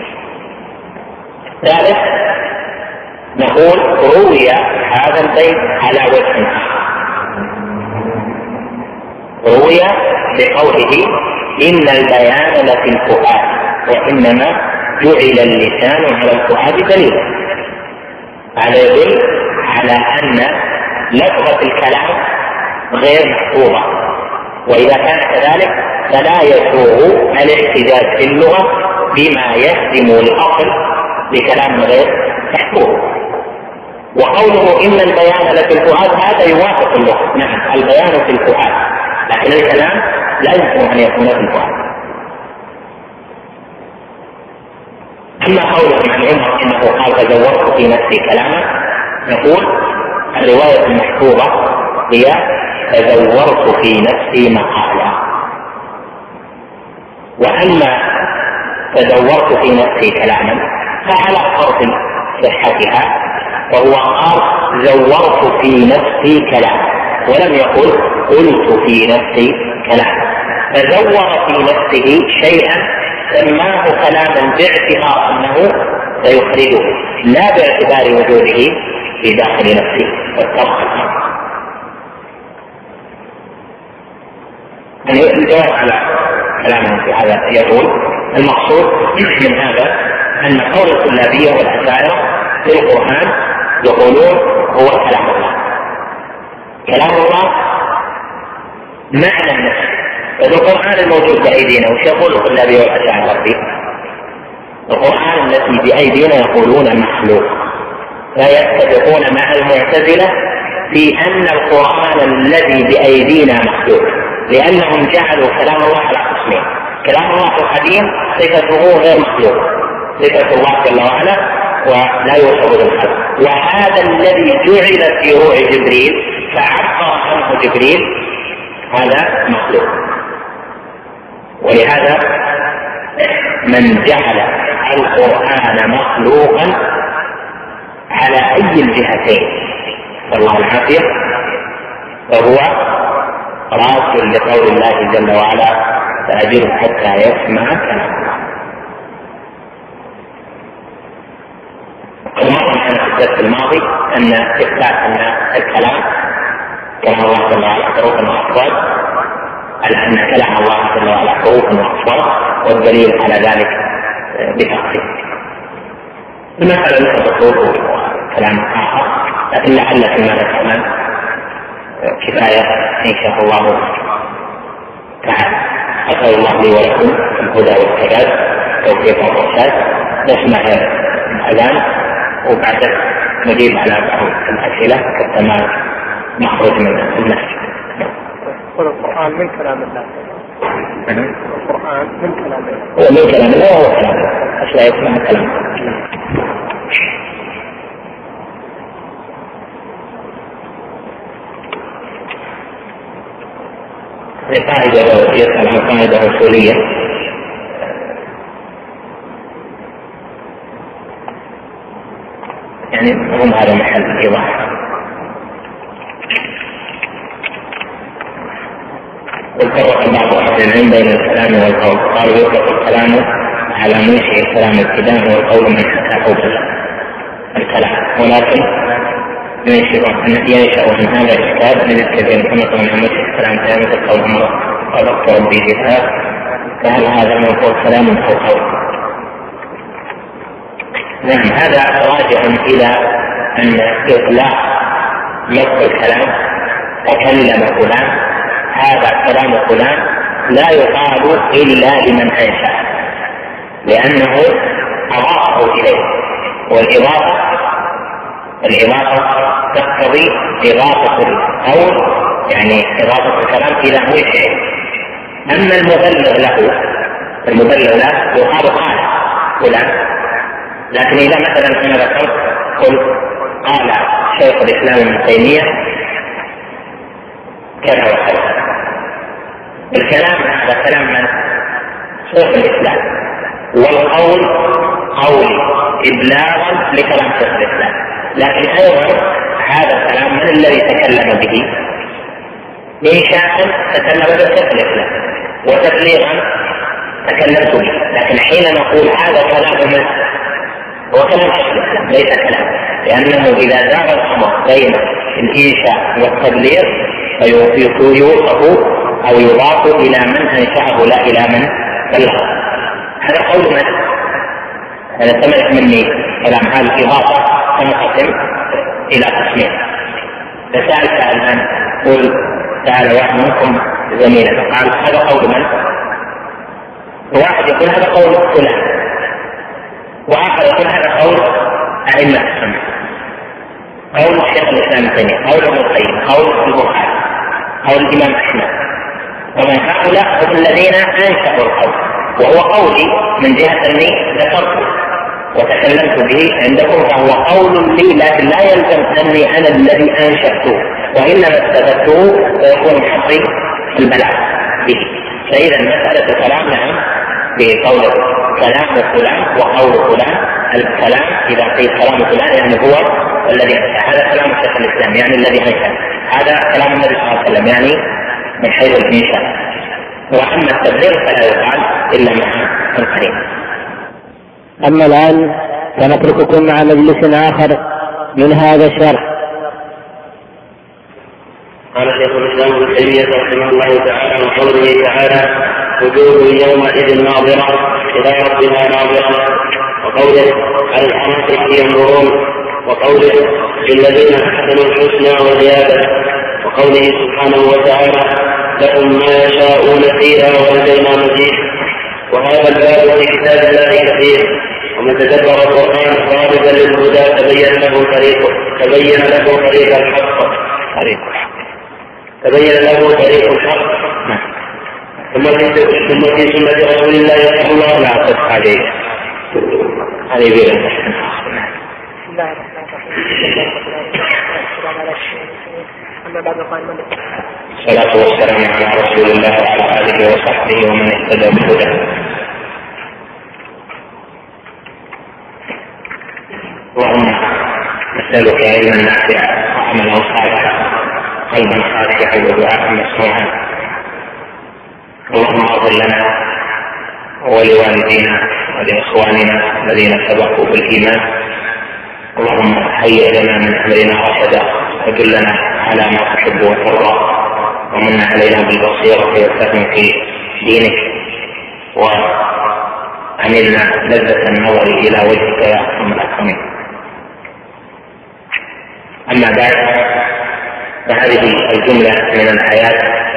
ثالث نقول روي هذا البيت على وجه آخر، روي بقوله إن البيان لفي الفؤاد وإنما جعل اللسان على الفؤاد دليلا، على يدل على أن لفظة الكلام غير محفوظة، وإذا كان كذلك فلا يسوغ الاحتجاج في اللغة بما يخدم الأصل بكلام غير محفوظ. وقوله إن البيان لفي الفؤاد هذا يوافق اللغة، نعم البيان في الفؤاد، لكن الكلام لا يمكن أن يكون في الفؤاد. أما قوله عن عمر إنه قال تزورت في نفسي كلاما، نقول الرواية المحفوظة هي تزورت في نفسي مقالا، وأما تزورت في نفسي كلاما فعلى فرض صحتها، وهو قال زورت في نفسي كلاما ولم يقل قلت في نفسي كلاما، فزور في نفسه شيئا سماه كلاما باعتبار أنه سيخرجه لا باعتبار وجوده في داخل نفسه. والترك يعني الجواب على كلامه في هذا يقول المقصود من هذا أن قول الكلابية والأشاعرة في القرآن يقولون هو كلام الله، كلام الله معنى النفس. القرآن الموجود بأيدينا وش يقول الكلابية والأشاعرة فيه؟ القرآن الذي بأيدينا يقولون مخلوق، فيتفقون مع المعتزلة في أن القرآن الذي بأيدينا مخلوق، لأنهم جعلوا كلام الله على قسمين: كلام الله القديم صفته غير مخلوق، صفة الله جل وعلا ولا يوصف بالخلق، وهذا الذي جعل في روح جبريل فعبر عنه جبريل هذا مخلوق. ولهذا من جعل القرآن مخلوقا على أي الجهتين والله العافية فهو راس لقول الله جل وعلا فأجره حتى يسمع كلام الله. قد مر معنا في الدرس الماضي أن إثبات أن الكلام كلام الله جل وعلا حروف وأصوات، على أن كلام الله جل وعلا حروف وأصوات، والدليل على ذلك بتفصيل. المسألة ليست بحروف وكلام آخر، لكن لعل فيما ذكرنا كفاية إن شاء الله تعالى. أسأل الله لي ولكم الهدى والسداد توفيق والرشاد. نسمع الأذان وبعد نجيب على بعض الأسئلة حتى ما نخرج من المسجد. القرآن من كلام الله. القرآن من كلام الله. هو من كلام الله وهو كلام الله. أشياء يسمع كلام الله. قاعدة يسأل عن قاعدة أصولية يعني هم هذا محل الإيضاح. وفرق بعض أهل العلم بين الكلام والقول، قالوا يطلق الكلام على منشئ الكلام ابتداء والقول من حكاه الكلام، ولكن ينشأ من هذا الإشكال الذي يذكر بين كما من منشئ الكلام كلام القول قال ربي جهاد فهل هذا المفروض كلام أو قول؟ نعم، هذا راجع إلى أن إطلاق لفظ الكلام تكلم فلان هذا كلام فلان لا يقال إلا لمن أنشأ، لأنه أضافه إليه، والإضافة الإضافة تقتضي إضافة القول، يعني إضافة الكلام إلى وجهه. أما المبلغ له المبلغ له يقال قال فلان، لكن إذا مثلا أنا ذكرت قلت قال شيخ الإسلام ابن تيمية كذا وكذا، الكلام هذا كلام من؟ شيخ الإسلام، والقول قول إبلاغا لكلام شيخ الإسلام، لكن أيضا هذا الكلام من الذي تكلم به؟ إنشاء تكلم به شيخ الإسلام، وتبليغا تكلمت به، لكن حين نقول هذا كلام من؟ هو كلام شيخ الإسلام ليس كلام، لأنه إذا دار الأمر بين الإنشاء والتبليغ فيوصف أو يضاف إلى من أنشأه لا إلى من بلغه. هذا قول من؟ هذا سمعت مني كلام هذه الإضافة تنقسم إلى قسمين. فسألت الآن قل تعالى واحد منكم زميلة قال هذا قول من؟ واحد يقول هذا قول فلان، وآخر يقول هذا قول أئمة السنة، قول شيخ الإسلام ابن تيمية، قول ابن القيم، قول البخاري، قول الإمام أحمد، ومن هؤلاء هم الذين أنشأوا القول، وهو قولي من جهة أني ذكرته وتكلمت به عندكم، فهو قول لي، لكن لا يلزم أني أنا الذي أنشأته، وإنما استفدته ويكون حقي البلاغ به. فإذا مسألة كلام نعم بقول كلام فلان وقول فلان، الكلام إذا قيل كلام فلان يعني هو الذي أنشأ، هذا كلام شيخ الإسلام يعني الذي أنشأ، هذا كلام النبي صلى الله عليه وسلم يعني من حيث الإنشاء. وأما التبليغ فلا يقال إلا مع القرين. أما الآن سنترككم مع مجلس آخر من هذا الشرح. قال شيخ الإسلام ابن تيمية رحمه الله تعالى وقوله تعالى وجوه يومئذ ناظرة إلى ربها ناظرة، وقوله على الأرائك ينظرون، وقوله للذين أحسنوا الحسنى وزيادة، وقوله سبحانه وتعالى لهم ما يشاءون فيها ولدينا مزيد. وهذا الباب في كتاب الله كثير، ومن تدبر القرآن طالبا للهدى تبين له طريق تبين له طريق الحق طريق تبين له طريق الحق ثم في سنة رسول الله صلى الله عليه وسلم. لا تصح عليه هذه بيئة. بسم الله الرحمن الرحيم. الصلاة والسلام على رسول الله وعلى آله وصحبه ومن اهتدى بهداه. اللهم نسألك علما نافعا وعملا صالحا قلبا خاشعا ودعاء مسموعا. اللهم اغفر لنا ولوالدينا ولإخواننا الذين سبقوا بالإيمان. اللهم هيئ لنا من أمرنا رشدا ودلنا على ما تحب وترضى، ومن علينا بالبصيرة والفهم في دينك، وعملنا لذة النظر إلى وجهك يا أكرم الأكرمين. أما بعد، فهذه الجملة من الآيات